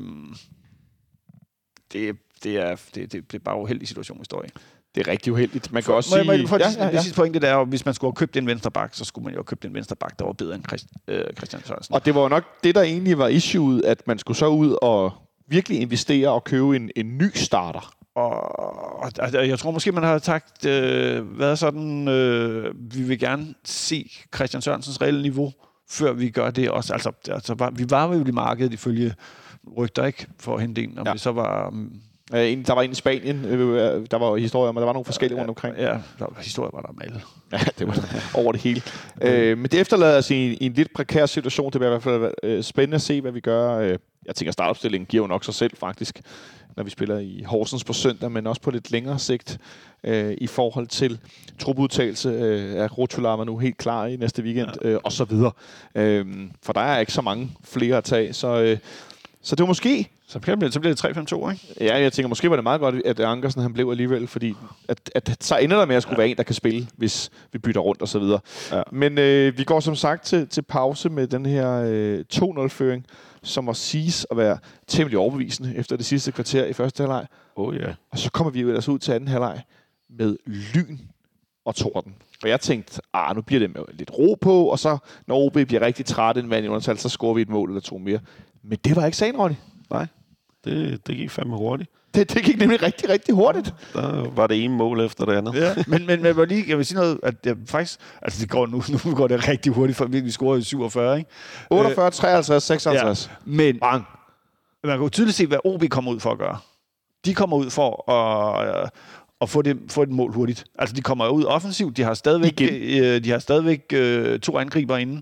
det er bare uheldig situation, vi står i. Det er rigtig uheldigt. Man kan også sige... Det sidste pointe, det er jo, hvis man skulle have købt en vensterbak, så skulle man jo have købt en vensterbak, der var bedre end Christian Sørensen. Og det var jo nok det, der egentlig var issueet, at man skulle så ud og virkelig investere og købe en ny starter. Og jeg tror måske, man har været sådan, vi vil gerne se Christian Sørensens reelle niveau, før vi gør det også. Altså vi var jo i markedet ifølge rygter, ikke, for at hente en, om det så var... Der var en i Spanien, der var historier om, at der var nogle forskellige rundt omkring. Ja, historier var der om alle. Ja, det var over det hele. Men det efterlader os i en lidt prekær situation. Det bliver i hvert fald spændende at se, hvad vi gør. Jeg tænker, startopstillingen giver jo nok sig selv, faktisk, når vi spiller i Horsens på søndag, men også på lidt længere sigt i forhold til trupudtagelse. Er Rotulava nu helt klar i næste weekend, og så videre. For der er ikke så mange flere at tage, så det var måske... Så bliver det 3-5-2, ikke? Ja, jeg tænker, måske var det meget godt, at Ankersen han blev alligevel, fordi at så ender der med at skulle være en, der kan spille, hvis vi bytter rundt og så videre. Ja. Men vi går som sagt til pause med den her 2-0-føring, som må siges at være temmelig overbevisende efter det sidste kvarter i første halvleg. Ja. Og så kommer vi jo ellers ud til anden halvleg med lyn og torden. Og jeg tænkte, nu bliver det med lidt ro på, og så når OB bliver rigtig træt en mand i undertal, så scorer vi et mål eller 2 mere. Men det var ikke sagen, Ronny. Nej, det gik fandme hurtigt. Det gik nemlig rigtig, rigtig hurtigt. Der var det ene mål efter det andet. Ja. Men jeg vil sige noget, at jeg faktisk... Altså, det går nu går det rigtig hurtigt, for vi scorer i 47, ikke? 48, 53, 56. Ja. Men man kan jo tydeligt se, hvad OB kommer ud for at gøre. De kommer ud for at få et mål hurtigt. Altså, de kommer ud offensivt. De har stadigvæk 2 angriber inde.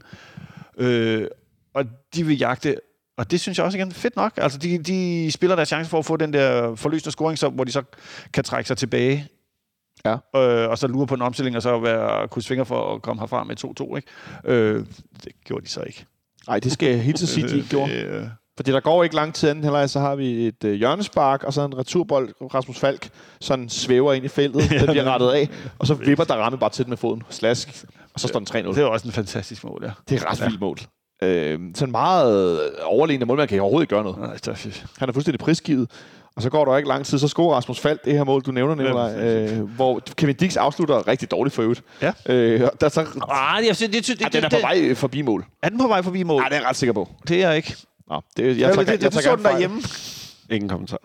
Og de vil jagte... Og det synes jeg også igen fedt nok. Altså, de spiller deres chance for at få den der forløsende scoring, hvor de så kan trække sig tilbage. Ja. Og så lure på en omstilling, og så kunne svinge for at komme herfra med 2-2. Ikke? Det gjorde de så ikke. Nej, det skal jeg helt til sige, de ikke gjorde. Fordi der går ikke lang tid anden heller, så har vi et hjørnespark, og så en returbold, Rasmus Falk, sådan svæver ind i feltet, den bliver rettet af, og så vipper der ramme bare til med foden. Slask. Og så står den 3-0. Det er også en fantastisk mål, ja. Det er ret vildt mål. Sådan meget overlegnende mål, man kan overhovedet ikke gøre noget. Nej, han er fuldstændig prisgivet. Og så går der ikke lang tid, så scorer Rasmus Falk det her mål, du nævner, Nikolaj, hvor Kevin Dix afslutter rigtig dårligt for øvrigt. Ja. Der så... den er på vej forbi mål. Er den på vej forbi mål? Nej, det er jeg ret sikker på. Det er jeg ikke. Nå, jeg så den derhjemme. Ingen kommentar.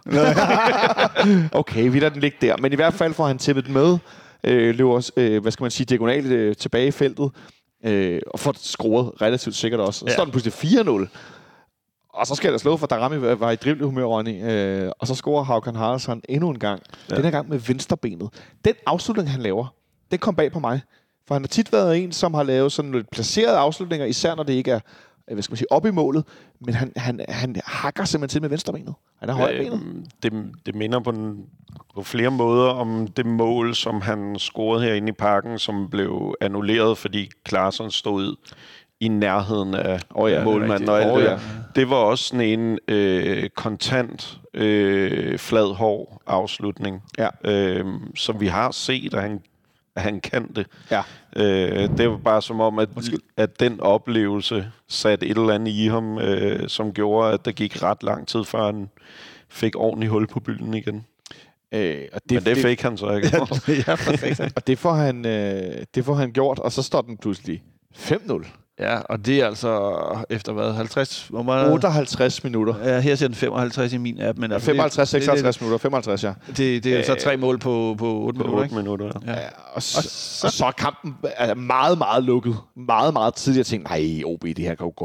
Okay, vi lader den ligge der. Men i hvert fald får han tippet med, løber, diagonalt tilbage i feltet, og får scoret relativt sikkert også. Så står den pludselig 4-0. Og så skal der slå, for Darami var i driblehumør, Ronny. Og så scorer Håkan Haraldsson endnu en gang. Ja. Den her gang med venstrebenet. Den afslutning, han laver, den kom bag på mig. For han har tit været en, som har lavet sådan lidt placerede afslutninger, især når det ikke er op i målet. Men han hakker simpelthen til med venstrebenet. Han er højbenet. Det minder på flere måder om det mål, som han scorede herinde i parken, som blev annulleret, fordi Klaarsson stod i nærheden af målmanden. Det var også sådan en kontant, flad hår afslutning, som vi har set, at han kan det. Ja. Det var bare som om, at den oplevelse satte et eller andet i ham, som gjorde, at der gik ret lang tid, før han fik ordentligt hul på bylden igen. Men det fik han så ikke. Og det får han gjort, og så står den pludselig 5-0. Ja, og det er altså efter hvad? 50? 58 minutter. Ja, her siger den 55 i min app. Men 55, 56 minutter, 55, ja. Det er så 3 mål på 8 minutter, ikke? 8 minutter, ja. Og så er kampen meget, meget lukket. Meget, meget tidligt. Jeg tænkte, nej, OB, det her kan jo gå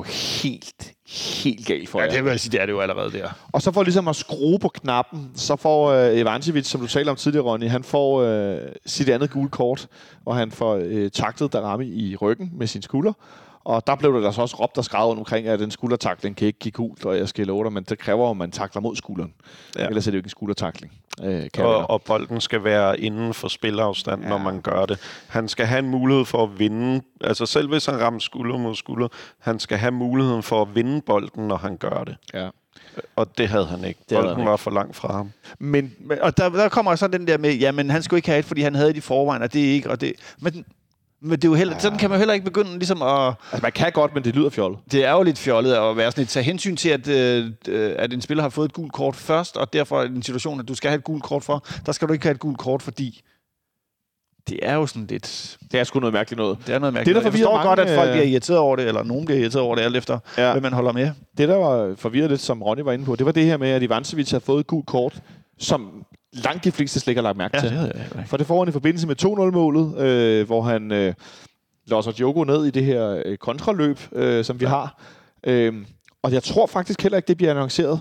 helt galt for jer. Ja, det vil jeg sige, det er det jo allerede der. Og så får ligesom at skrue på knappen, så får Ivancevic, som du talte om tidligere, Ronny, han får sit andet gule kort, og han får taklet Darami i ryggen med sin skulder. Og der blev der så også råbt og skrevet omkring, at den skuldertakling kan ikke give gult, og jeg skal love dig, men det kræver, at man takler mod skulderen. Ja. Ellers er det jo ikke en skuldertakling. Og bolden skal være inden for spilafstand, når man gør det. Han skal have en mulighed for at vinde. Altså selv hvis han rammer skulder mod skulder, han skal have muligheden for at vinde bolden, når han gør det. Ja. Og det havde han ikke. Bolden var for langt fra ham. Men og der kommer så den der med, jamen han skulle ikke have et, fordi han havde det i forvejen, og det er ikke, og det... Men det er jo heller, sådan kan man heller ikke begynde ligesom at... Altså man kan godt, men det lyder fjollet. Det er jo lidt fjollet at være sådan et tage hensyn til, at en spiller har fået et gult kort først, og derfor er det en situation, at du skal have et gult kort for. Der skal du ikke have et gult kort, fordi det er jo sådan lidt... Det er sgu noget mærkeligt noget. Det er noget mærkeligt. Jeg forstår godt, at folk bliver irriteret over det, eller nogen bliver irriteret over det, alt efter, hvad man holder med. Det, der var forvirret lidt, som Ronny var inde på, det var det her med, at Ivancevic havde fået et gult kort, som langt de fleste slet ikke har lagt mærke til. Det for det får han i forbindelse med 2-0-målet, hvor han losser Diogo ned i det her kontraløb, som vi har. Og jeg tror faktisk heller ikke, det bliver annonceret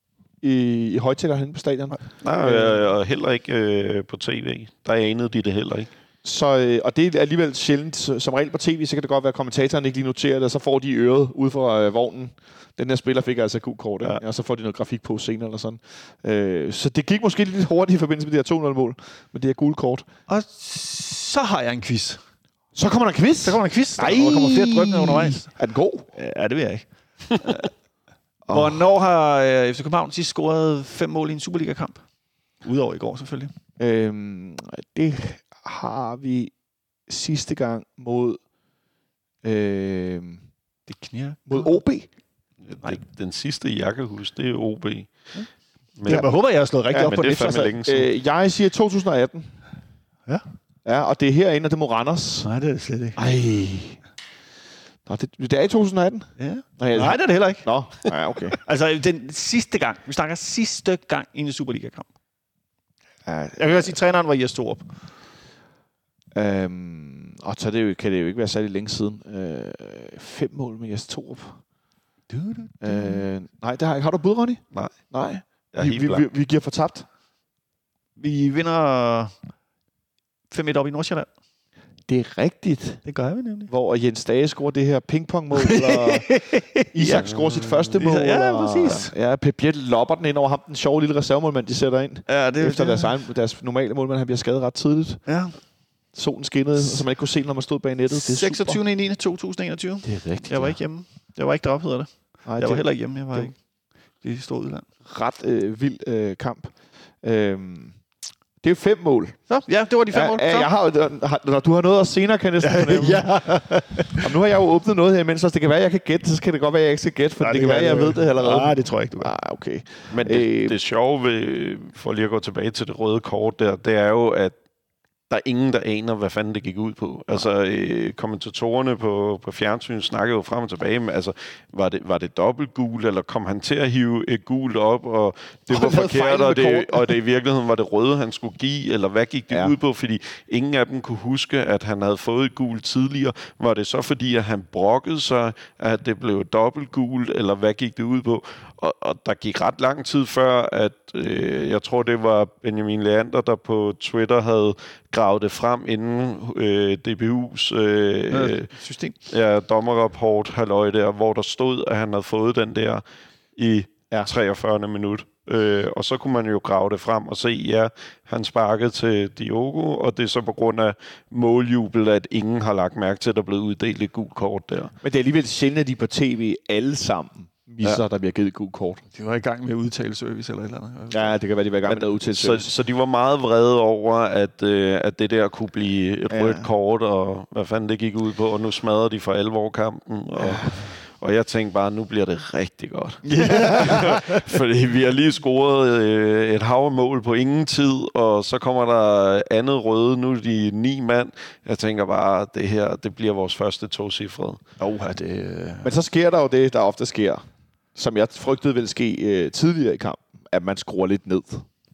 i højtalerne henne på stadion. Nej, og heller ikke på tv. Der anede de det heller ikke. Så, og det er alligevel sjældent. Som regel på tv, så kan det godt være, at kommentatoren ikke lige noterer det, og så får de øret ud fra vognen. Den her spiller fik altså gult kort, og så får de noget grafik på senere eller sådan. Så det gik måske lidt hurtigt i forbindelse med det her 2-0-mål, med det her gule kort. Og så har jeg en quiz. Så kommer der en quiz? Der kommer flere drøbninger undervejs. Er den god? Ja, det ved jeg ikke. Hvornår har FC København sidst scoret 5 mål i en Superliga-kamp? Udover i går, selvfølgelig. Det har vi sidste gang mod... det knirker. Mod OB? Nej. Den sidste jakkehus, det er OB. Men jeg håber, jeg har slået rigtig op på det. Jeg siger 2018. Ja. Ja, og det er herinde, og det må Randers. Nej, det er det slet ikke. Ej. Nå, det er i 2018? Ja. Nej, det er det heller ikke. Nå, ja, okay. Altså, den sidste gang. Vi snakker sidste gang i en Superliga-kamp. Jeg kan godt sige, at træneren var Jes Torup. Og så kan det jo ikke være særlig længe siden. 5 mål med Jes Torup. Nej, det har jeg ikke. Har du bud, Ronny? Nej. Nej. Jeg er helt blank. Vi giver fortabt. Vi vinder 5-1 op i Nordsjælland. Det er rigtigt. Det gør vi nemlig. Hvor Jens Dage scorer det her pingpongmål, og Isak scorer sit første mål. Ja, præcis. Ja, Pep Biel lopper den ind over ham, den sjove lille reservemålmand, de sætter ind. Ja, det efter deres normale målmand, han bliver skadet ret tidligt. Ja. Solen skinnede, så man ikke kunne se, når man stod bag nettet. Det er 26.9.2021. Det er rigtigt. Jeg var ikke hjemme. Jeg var ikke deroppe, hedder det. Nej, jeg var heller ikke hjemme. Jeg var ikke i store udland. Ret vild kamp. Det er jo 5 mål. Så, ja, det var de 5 mål. Jeg har du har noget at senere, kan jeg næsten fornemme. Ja. Og nu har jeg jo åbnet noget her, imens, så det kan være, at jeg kan gætte, så kan det godt være, at jeg ikke skal gætte, for det kan være, at jeg ved det allerede. Nej, det tror jeg ikke, du gør. Okay. Men det sjove ved, for lige at gå tilbage til det røde kort der, det er jo, at der er ingen, der aner, hvad fanden det gik ud på. Altså, kommentatorerne på fjernsyn snakkede jo frem og tilbage med, altså, var det dobbelt gul, eller kom han til at hive et gult op, og det var forkert, og det i virkeligheden var det røde, han skulle give, eller hvad gik det ud på? Fordi ingen af dem kunne huske, at han havde fået et gult tidligere. Var det så fordi, at han brokkede sig, at det blev dobbelt gult, eller hvad gik det ud på? Og der gik ret lang tid før, at jeg tror, det var Benjamin Leander, der på Twitter havde gravet det frem inden DBU's system. Ja, dommerrapport, halløj der, hvor der stod, at han havde fået den der i 43. minut. Og så kunne man jo grave det frem og se, han sparkede til Diogo, og det er så på grund af måljubel, at ingen har lagt mærke til, at der blev uddelt et gult kort der. Men det er alligevel sjældent, at de på tv alle sammen misser, der bliver givet gult kort. De var i gang med udtaleservice eller et eller andet. Ja, det kan være, de var i gang med noget udtaleservice. Så de var meget vrede over, at det der kunne blive et rødt kort, og hvad fanden det gik ud på, og nu smadrer de for alvor kampen. Og jeg tænkte bare, nu bliver det rigtig godt. Fordi vi har lige scoret et havmål på ingen tid, og så kommer der andet røde. Nu er de 9 mand. Jeg tænker bare, det her, det bliver vores første 2-cifrede. Men så sker der jo det, der ofte sker, som jeg frygtede ville ske tidligere i kampen, at man skruer lidt ned.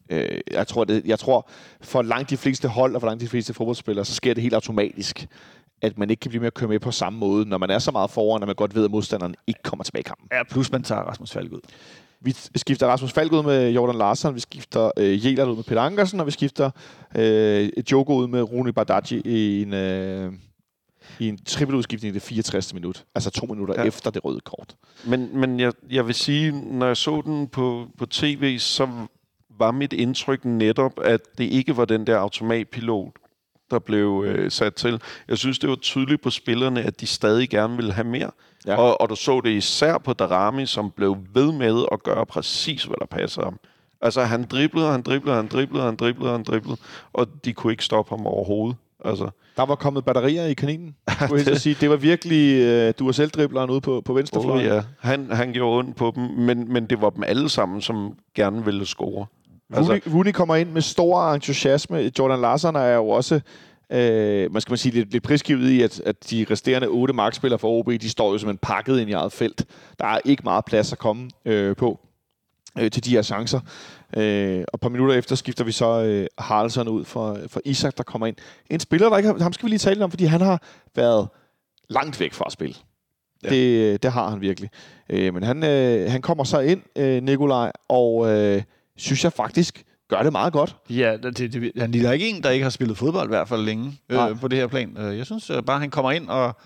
Jeg tror, for langt de fleste hold og for langt de fleste fodboldspillere, så sker det helt automatisk, at man ikke kan blive med at køre med på samme måde, når man er så meget foran, at man godt ved, at modstanderen ikke kommer tilbage i kampen. Ja, plus man tager Rasmus Falk ud. Vi skifter Rasmus Falk ud med Jordan Larsson, vi skifter Jelert ud med Peter Ankersen, og vi skifter Diogo ud med Rune Bardghji i en trippeludskiftning i det 64. minut. Altså 2 minutter efter det røde kort. Men jeg vil sige, når jeg så den på tv, så var mit indtryk netop, at det ikke var den der automatpilot, der blev sat til. Jeg synes, det var tydeligt på spillerne, at de stadig gerne ville have mere. Ja. Og du så det især på Darami, som blev ved med at gøre præcis, hvad der passer ham. Altså, han driblede, og de kunne ikke stoppe ham overhovedet. Altså. Der var kommet batterier i kaninen, skulle jeg sige. Det var virkelig Duracell-dribleren ude på venstrefløjen. Ja. Han gjorde ondt på dem, men det var dem alle sammen, som gerne ville score. Rooney kommer ind med stor entusiasme. Jordan Larsson er jo også man sige, lidt prisgivet i, at de resterende 8 markspillere for OB, de står jo simpelthen pakket ind i eget felt. Der er ikke meget plads at komme på til de her chancer. Og på minutter efter skifter vi så Haraldsson ud for Isak, der kommer ind. En spiller, der ikke ham skal vi lige tale om, fordi han har været langt væk fra at spille. Ja. Det har han virkelig. Men han kommer så ind, Nikolaj, og synes jeg faktisk gør det meget godt. Ja, han ligner ikke en, der ikke har spillet fodbold i hvert fald længe på det her plan. Jeg synes bare, han kommer ind og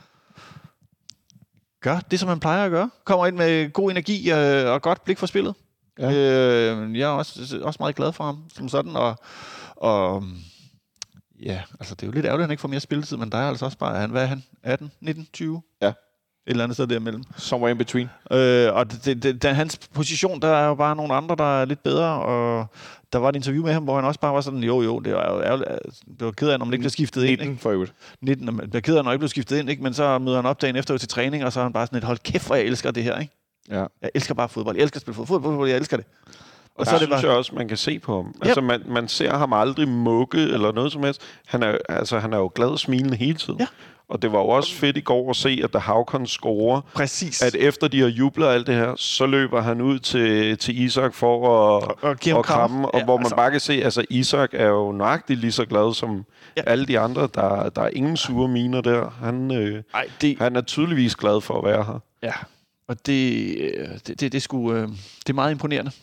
gør det, som han plejer at gøre. Kommer ind med god energi og godt blik for spillet. Ja. Jeg er også meget glad for ham som sådan, og ja, altså det er jo lidt ærgerligt, at han ikke får mere spilletid, men der er altså også bare, hvad er han? 18, 19, 20? Ja. Et eller andet sted derimellem. Somewhere in between. Og hans position, der er jo bare nogle andre, der er lidt bedre, og der var et interview med ham, hvor han også bare var sådan, jo, det var jo ærgerligt, det var ked af, når man ikke blev skiftet ind. 19 for øvrigt. 19, man bliver ked af, når ikke blev skiftet ind, ikke? Men så møder han op dagen efter til træning, og så er han bare sådan et, hold kæft, hvor jeg elsker det her, ikke? Ja. Jeg elsker bare fodbold. Jeg elsker at spille fodbold. Jeg elsker det. Og så synes jeg også, man kan se på ham. Altså, man ser ham aldrig mukke eller noget som helst. Han er jo glad og smilende hele tiden. Ja. Og det var jo også fedt i går at se, at da Haukon scorer, præcis, at efter de har jublet alt det her, så løber han ud til Isak for at kramme. Og hvor man bare kan se, altså Isak er jo nøjagtigt lige så glad som alle de andre. Der er ingen sure miner der. Han er tydeligvis glad for at være her. Ja, og det er meget imponerende.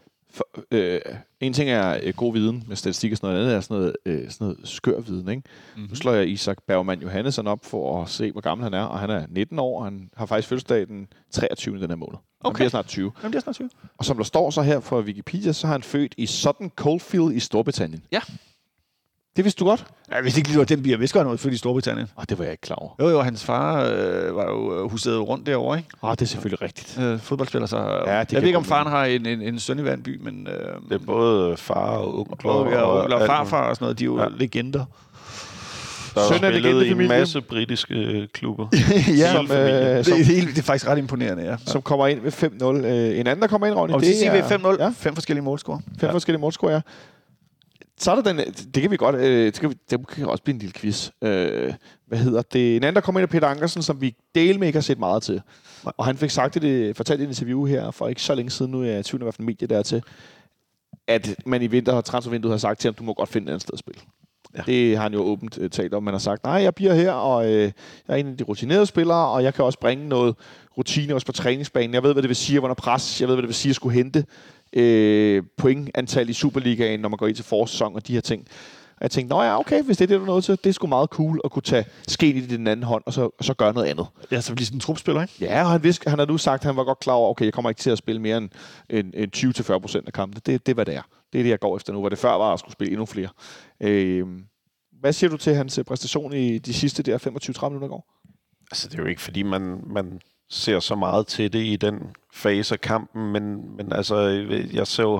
En ting er god viden med statistik og sådan noget, andet er sådan noget skør viden, ikke? Nu slår jeg Isak Bergman Johannesson op for at se, hvor gammel han er, og han er 19 år, og han har faktisk fødselsdag den 23. den her måned. Han bliver snart 20. Og som der står så her fra Wikipedia, så har han født i Sutton Coldfield i Storbritannien. Ja. Det vidste du godt? Ja, hvis ikke lige var den bier, vidste godt noget født i Storbritannien. Det var jeg ikke klar over. Jo, hans far var jo huseret rundt derovre, ikke? Det er selvfølgelig rigtigt. Fodboldspiller, så... jeg ved ikke, om faren har en søn i Vandby, men... det er både far og onkel og farfar og sådan noget. De er jo legender. Der er spillet i en masse britiske klubber. Det er faktisk ret imponerende, ja. Som kommer ind ved 5-0. En anden, der kommer ind, Ronny, og det siger ved 5-0. 5 forskellige målscorer. 5 forskellige målscorer, ja. Så er der det kan vi godt, det kan også blive en lille quiz. Hvad hedder det? En anden, der kommer ind af Peter Ankersen, som vi ikke har set meget til. Og han fik fortalt i et interview her for ikke så længe siden, nu er jeg i tvivl, hvilken medie der til, at man i transfervinduet har sagt til ham, du må godt finde et andet sted at spille. Ja. Det har han jo åbent talt om. Man har sagt, nej, jeg bliver her, og jeg er en af de rutinerede spillere, og jeg kan også bringe noget rutine også på træningsbanen. Jeg ved, hvad det vil sige under pres. Jeg ved, hvad det vil sige at skulle hente pointantal i Superligaen, når man går ind til forårssæson og de her ting. Og jeg tænkte, okay, hvis det er det, du er nødt til, det er sgu meget cool at kunne tage skeen i den anden hånd, og så gøre noget andet. Ja, så bliver sådan en trupspiller, ikke? Ja, og han har nu sagt, at han var godt klar over, okay, jeg kommer ikke til at spille mere end 20-40% af kampene. Det er, hvad det er. Det er det, jeg går efter nu, hvor det før var at skulle spille endnu flere. Hvad siger du til hans præstation i de sidste der 25-30 minutter går? Altså, det er jo ikke, fordi man ser så meget til det i den fase af kampen, men altså, jeg så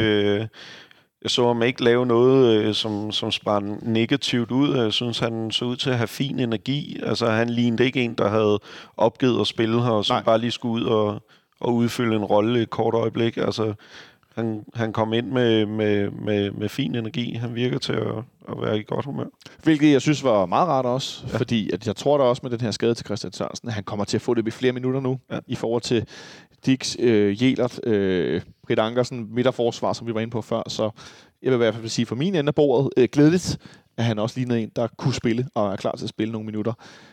ham ikke lave noget, som sprang negativt ud. Jeg synes, han så ud til at have fin energi. Altså, han lignede ikke en, der havde opgivet at spille her, og som bare lige skulle ud og udfylde en rolle et kort øjeblik. Altså, han kom ind med fin energi. Han virker til at være i godt humør. Hvilket jeg synes var meget rart også, fordi at jeg tror da også med den her skade til Christian Sørensen, at han kommer til at få det i flere minutter nu, i forhold til Dix, Jelert, Britt Ankersen, midterforsvar, som vi var inde på før. Så jeg vil i hvert fald sige, for min ende af bordet, glædeligt, at han også lignede en, der kunne spille, og er klar til at spille nogle minutter.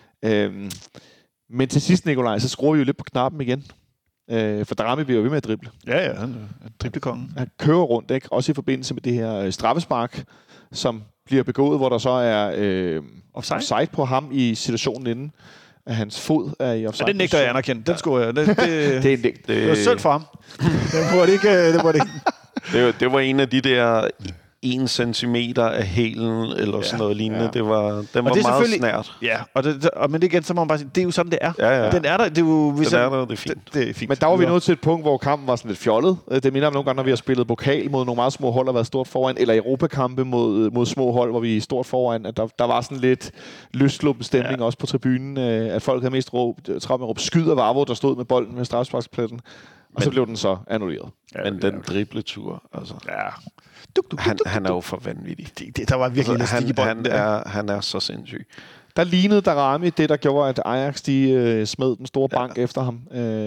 Men til sidst, Nikolaj, så skruer vi jo lidt på knappen igen. For Darami bliver jo ved med at drible. Ja, han er driblekongen. Han kører rundt, ikke? Også i forbindelse med det her straffespark, som bliver begået, hvor der så er offside på ham i situationen inden, at hans fod er i offside. Ja, det nægter jeg anerkende. Den skulle jeg. Det var synd for ham. Det var det var en af de der 1 centimeter af hælen, eller sådan noget lignende. Ja. Den var meget snært. Ja, men det igen, så må man bare sige, det er jo sådan, det er. Ja. Den er der, det er jo... Det er fint. Det er fint. Men der var vi nået til et punkt, hvor kampen var sådan lidt fjollet. Det minder om nogle gange, når vi har spillet pokal mod nogle meget små hold, og været stort foran, eller Europakampe mod små hold, hvor vi er stort foran, at der var sådan lidt løsluppen stemning også på tribunen, at folk havde mest travlt med at råbe skyd af Vavro, der stod med bolden med straffesparkspladsen. Og så blev den så annulleret. Ja, men den dribletur, altså... Ja. Han er jo for vanvittig. Der var virkelig en i bolden. Han er så sindssyg. Der lignede Darami det, der gjorde, at Ajax smed den store bank efter ham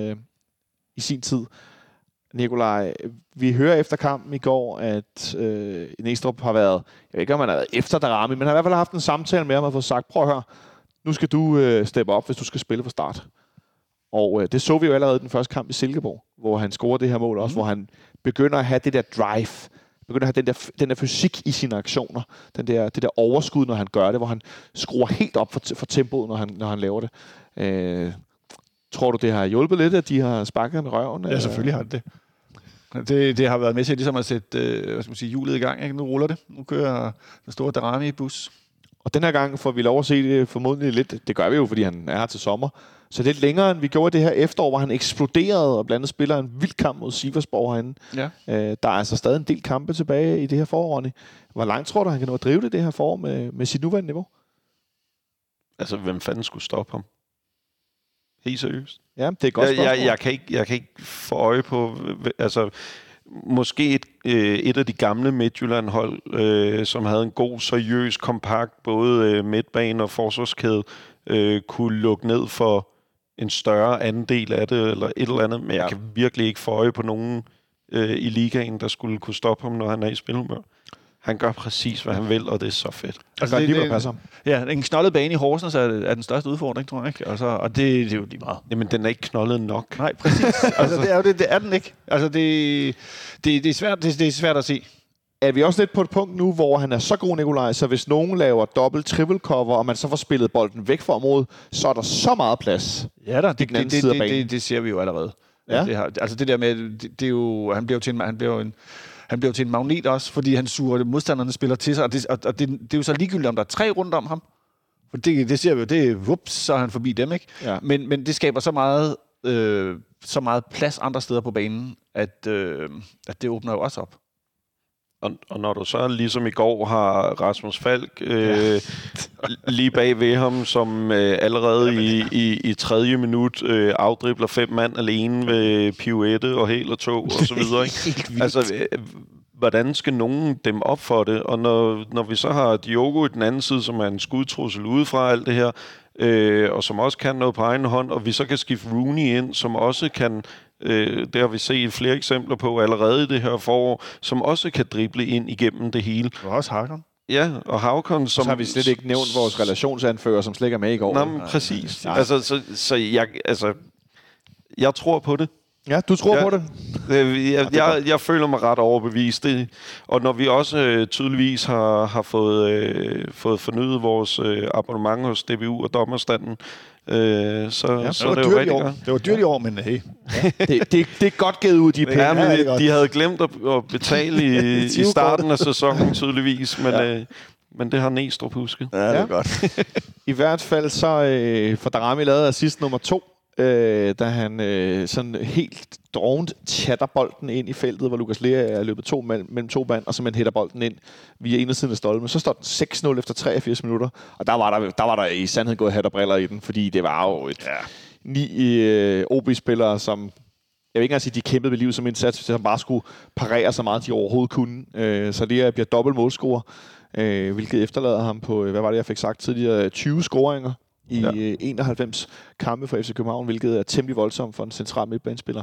i sin tid. Nikolaj, vi hører efter kampen i går, at Næstrup har været, jeg ved ikke, om han har været efter Darami, men han har i hvert fald haft en samtale med ham og fået sagt, prøv at høre, nu skal du steppe op, hvis du skal spille fra start. Og det så vi jo allerede i den første kamp i Silkeborg, hvor han scorer det her mål også, hvor han begynder at have det der drive, begynder at have den der fysik i sine aktioner, det der overskud, når han gør det, hvor han skruer helt op for tempoet, når han laver det. Tror du, det har hjulpet lidt, at de har sparket med røven? Ja, selvfølgelig har det. Det har været med til ligesom at sætte hjulet i gang. Ikke? Nu ruller det. Nu kører den store Darami i bus. Og den her gang får vi lov at se det formodentlig lidt. Det gør vi jo, fordi han er her til sommer. Så lidt længere, end vi gjorde det her efterår, hvor han eksploderede og blandt andet spiller en vild kamp mod Siversborg herinde. Ja. Der er altså stadig en del kampe tilbage i det her forår. Hvor langt tror du, han kan nå at drive det her forår med sit nuværende niveau? Altså, hvem fanden skulle stoppe ham? Helt seriøst. Ja, det er et godt spørgsmål. Jeg kan ikke få øje på... Altså, måske et af de gamle Midtjylland-hold, som havde en god, seriøs, kompakt, både midtbane og forsvarskæde, kunne lukke ned for en større andel af det, eller et eller andet. Men jeg kan virkelig ikke få øje på nogen i ligaen, der skulle kunne stoppe ham, når han er i spilhumør. Han gør præcis, hvad han vil, og det er så fedt. Altså, det passer. Ja, en knoldet bane i Horsens er den største udfordring, tror jeg ikke. Altså, og det er jo lige meget. Jamen, den er ikke knoldet nok. Nej, præcis. Altså, det er den ikke. Altså, det er svært, det er svært at se. Er vi også lidt på et punkt nu, hvor han er så god, Nikolaj, så hvis nogen laver dobbelt triple cover, og man så får spillet bolden væk fra området, så er der så meget plads. Ja da, det ser vi jo allerede. Ja. Altså det der med, det er jo, han bliver jo til en magnet også, fordi han suger modstanderne spiller til sig, og det er jo så ligegyldigt, om der er 3 rundt om ham. For det ser vi jo, det er whoops, så er han forbi dem, ikke? Ja. Men det skaber så meget plads andre steder på banen, at det åbner jo også op. Og når du så ligesom i går har Rasmus Falk lige bag ved ham, som allerede i 3. minut afdribler 5 mand alene ved pirouette og hæl og tog og så videre. Ikke? Altså, hvordan skal nogen dem op for det? Og når vi så har Diogo i den anden side, som er en skudtrussel udefra alt det her, og som også kan noget på egen hånd, og vi så kan skifte Rooney ind, som også kan... det har vi set flere eksempler på allerede i det her forår, som også kan drible ind igennem det hele. Og også Håkon. Ja, og Håkon, som... Så har vi slet ikke nævnt vores relationsanfører, som slet ikke er med i går. Nå, men præcis. Altså, jeg tror på det. Ja, du tror på det? Jeg føler mig ret overbevist. Og når vi også tydeligvis har fået fornyet vores abonnement hos DBU og dommerstanden, så er det jo rigtig godt. Det var dyrt i år, men hey. Det er godt givet ud, de penge. Ja, men de havde glemt at betale i starten af sæsonen tydeligvis, men det har Næstrup husket. Ja, det er godt. I hvert fald så får Darami lavet assist nummer 2, da han sådan helt drovent chatter bolden ind i feltet, hvor Lukas Lea er løbet mellem 2 band, og så man hætter bolden ind via indersiden af stolpen. Så står den 6-0 efter 83 minutter, og der var der i sandhed gået hat og briller i den, fordi det var jo 9 OB-spillere, som jeg vil ikke engang sige, de kæmpede ved livet som indsats, som bare skulle parere så meget, de overhovedet kunne. Så det bliver dobbelt målscorer, hvilket efterlader ham på, hvad var det, jeg fik sagt tidligere, 20 scoringer i 91 kampe for FC København, hvilket er temmelig voldsomt for en central midtbanespiller.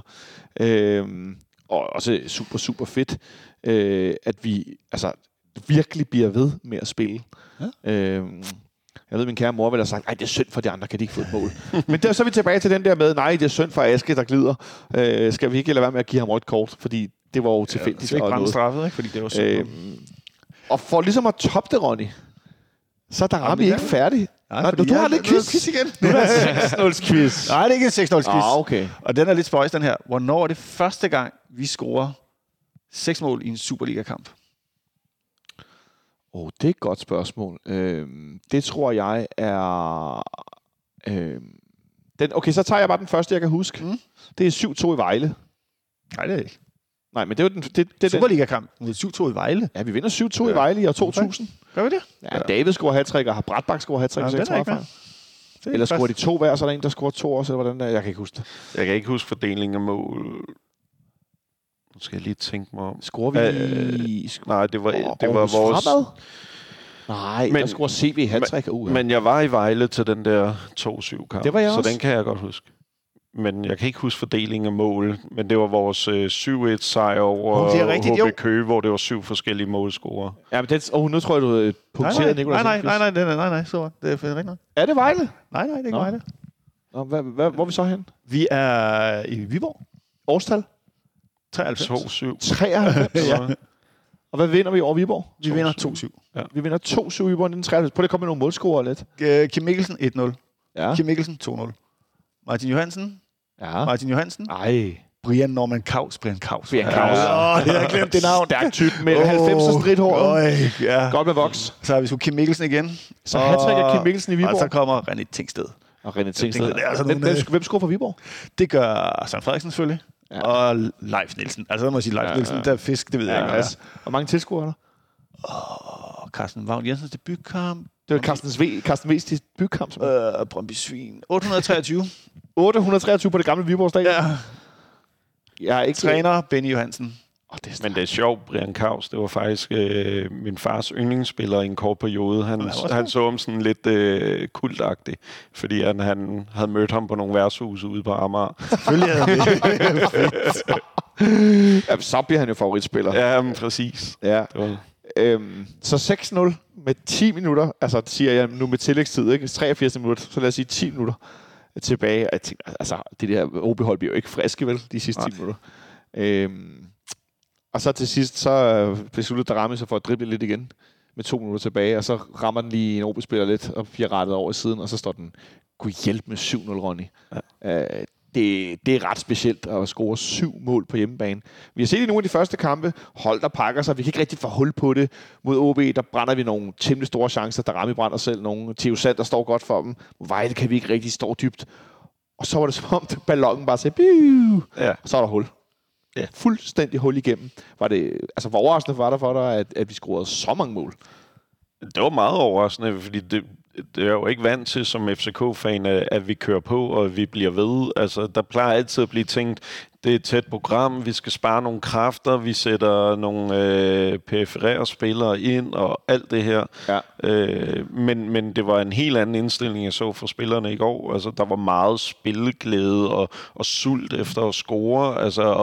Og også super, super fedt, at vi altså virkelig bliver ved med at spille. Ja. Jeg ved, min kære mor ville have sagt, det er synd for de andre, kan de ikke få et mål. Men så er vi tilbage til den der med, nej, det er synd for Aske, der glider. Skal vi ikke lade være med at give ham rødt kort, fordi det var jo tilfældigt. Ja, det var ikke straffet, ikke? Fordi det var synd. Og for ligesom at toppe det, Ronny, så er Darami ikke færdig. Nej, du har lidt quiz igen. Nu er der 6-0-quiz. Nej, det er ikke en 6-0-quiz. Okay. Og den er lidt spøjs, den her. Hvornår er det første gang, vi scorer 6 mål i en Superliga-kamp? Det er et godt spørgsmål. Det tror jeg er... Okay, så tager jeg bare den første, jeg kan huske. Det er 7-2 i Vejle. Nej, det er ikke. Nej, men det er jo Superliga-kamp mod 7-2 i Vejle. Ja, vi vinder 7-2 i Vejle i år 2000. Gør vi det? Ja, David scorer hat-trick, og Bratbak scorer hat-trick. Eller scorer de 2 hver, så er der en, der scorer 2 også, eller hvordan der? Jeg kan ikke huske det. Jeg kan ikke huske fordelingen af mål. Nu skal jeg lige tænke mig om. Scorer vi... Nej, det var vores... Fremad? Nej, der scorer CV hat-trick. Men jeg var i Vejle til den der 2-7-kamp. Det var jeg så også. Den kan jeg godt huske. Men jeg kan ikke huske fordelingen af mål. Men det var vores 7-1-sejr over HB Køge, hvor det var 7 forskellige målscorer. Ja, men nu tror jeg, du punkterede Nikolaj. Nej, så det er rigtigt nok. Er det Vejle? Nej, det er ikke Vejle. Hvor er vi så hen? Vi er i Viborg. Årstal? 93. 2-7. 93? Ja. Og hvad vinder vi over Viborg? Vi vinder 2-7. Ja. Vi vinder 2-7 i Viborg 1993. Prøv at komme med nogle målscorer lidt. Kim Mikkelsen 1-0. Ja. Kim Mikkelsen 2-0. Martin Johansen. Ja. Martin Johansen. Ej. Brian Norman Kaus. Brian Kaus. Det har jeg glemt det navn. Stærk typen med 90'er stridthår. Ja. Godt med voks. Så har vi sgu Kim Mikkelsen igen. Så hat-trick af Kim Mikkelsen i Viborg. Og så kommer René Tingsted. Hvem scorer for Viborg? Det gør Søren Frederiksen selvfølgelig. Ja. Og Leif Nielsen. Altså, der må jeg sige, Leif Nielsen, der er fisk, det ved jeg ikke. Hvor mange tilskuere er der? Carsten Vagn Jensens debutkamp. Det var Carsten V's debutkamp. Brøndby Svin. 823. 823 på det gamle Viborg stadion. Ja. Jeg er ikke træner, Benny Johansen. Men det er sjovt, Brian Kaus, det var faktisk min fars yndlingsspiller i en kort periode. Han så ham sådan lidt kultagtig, fordi han havde mødt ham på nogle værtshus ude på Amager. Selvfølgelig havde Ja, så bliver han jo favoritspiller. Ja, men præcis. Ja. Så 6-0 med 10 minutter, altså det siger jeg nu med tillægstid, ikke? 83 minutter, så lad os sige 10 minutter tilbage. Og jeg tænker, altså det der OB-hold bliver jo ikke friske, vel, de sidste 10 minutter. Og så til sidst, så besluttede Darami sig for at drible lidt igen med 2 minutter tilbage, og så rammer den lige en OB-spiller lidt og bliver rettet over i siden, og så står den, gud hjælp med 7-0, Ronny. Ja. Det er ret specielt at score 7 mål på hjemmebane. Vi har set i nogle af de første kampe, hold der pakker sig. Vi kan ikke rigtig få hul på det. Mod OB, der brænder vi nogle temmelig store chancer. Darami brænder selv nogle. Theo Sand, der står godt for dem. Vejle kan vi ikke rigtig stå dybt. Og så var det som om, ballonen bare sagde, ja. Og så er der hul. Ja. Fuldstændig hul igennem. Hvor overraskende var der for dig, at vi scorede så mange mål? Det var meget overraskende, fordi det er jo ikke vant til som FCK-fan, at vi kører på, og vi bliver ved. Altså, der plejer altid at blive tænkt, det er et tæt program, vi skal spare nogle kræfter, vi sætter nogle perifere spillere ind, og alt det her. Ja. Men det var en helt anden indstilling, jeg så for spillerne i går. Altså, der var meget spilleglæde og sult efter at score.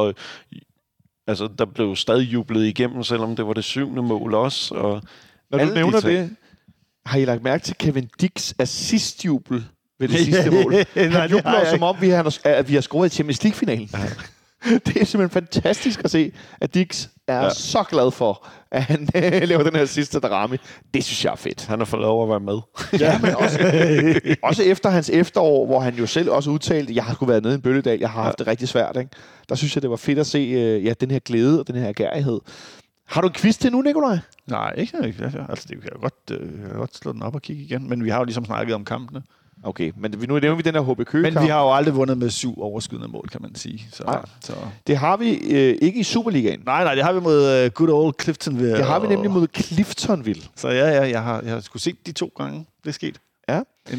Altså, der blev stadig jublet igennem, selvom det var det 7. mål også. Og når du nævner det, har I lagt mærke til Kevin Dicks assistjubel ved det sidste mål? Han jubler som om, vi har scoret i Champions League-finalen. Ja. Det er simpelthen fantastisk at se, at Dicks er så glad for, at han laver den her sidste Darami. Det synes jeg er fedt. Han har fået lov at være med. Ja, men også efter hans efterår, hvor han jo selv også udtalte, jeg har sgu været nede i en bølledal, jeg har haft det rigtig svært. Ikke? Der synes jeg, det var fedt at se den her glæde og den her gærighed. Har du en quiz til nu, Nikolaj? Nej, ikke. Altså, det kan jeg godt slå den op og kigge igen. Men vi har jo ligesom snakket om kampene. Okay, men nu nævner vi den her HB Køge-kamp. Men vi har jo aldrig vundet med 7 overskydende mål, kan man sige. Så. Det har vi ikke i Superligaen. Nej, det har vi mod good old Cliftonville. Det har vi nemlig mod Cliftonville. Så jeg har sgu set de 2 gange, det er sket. Ja.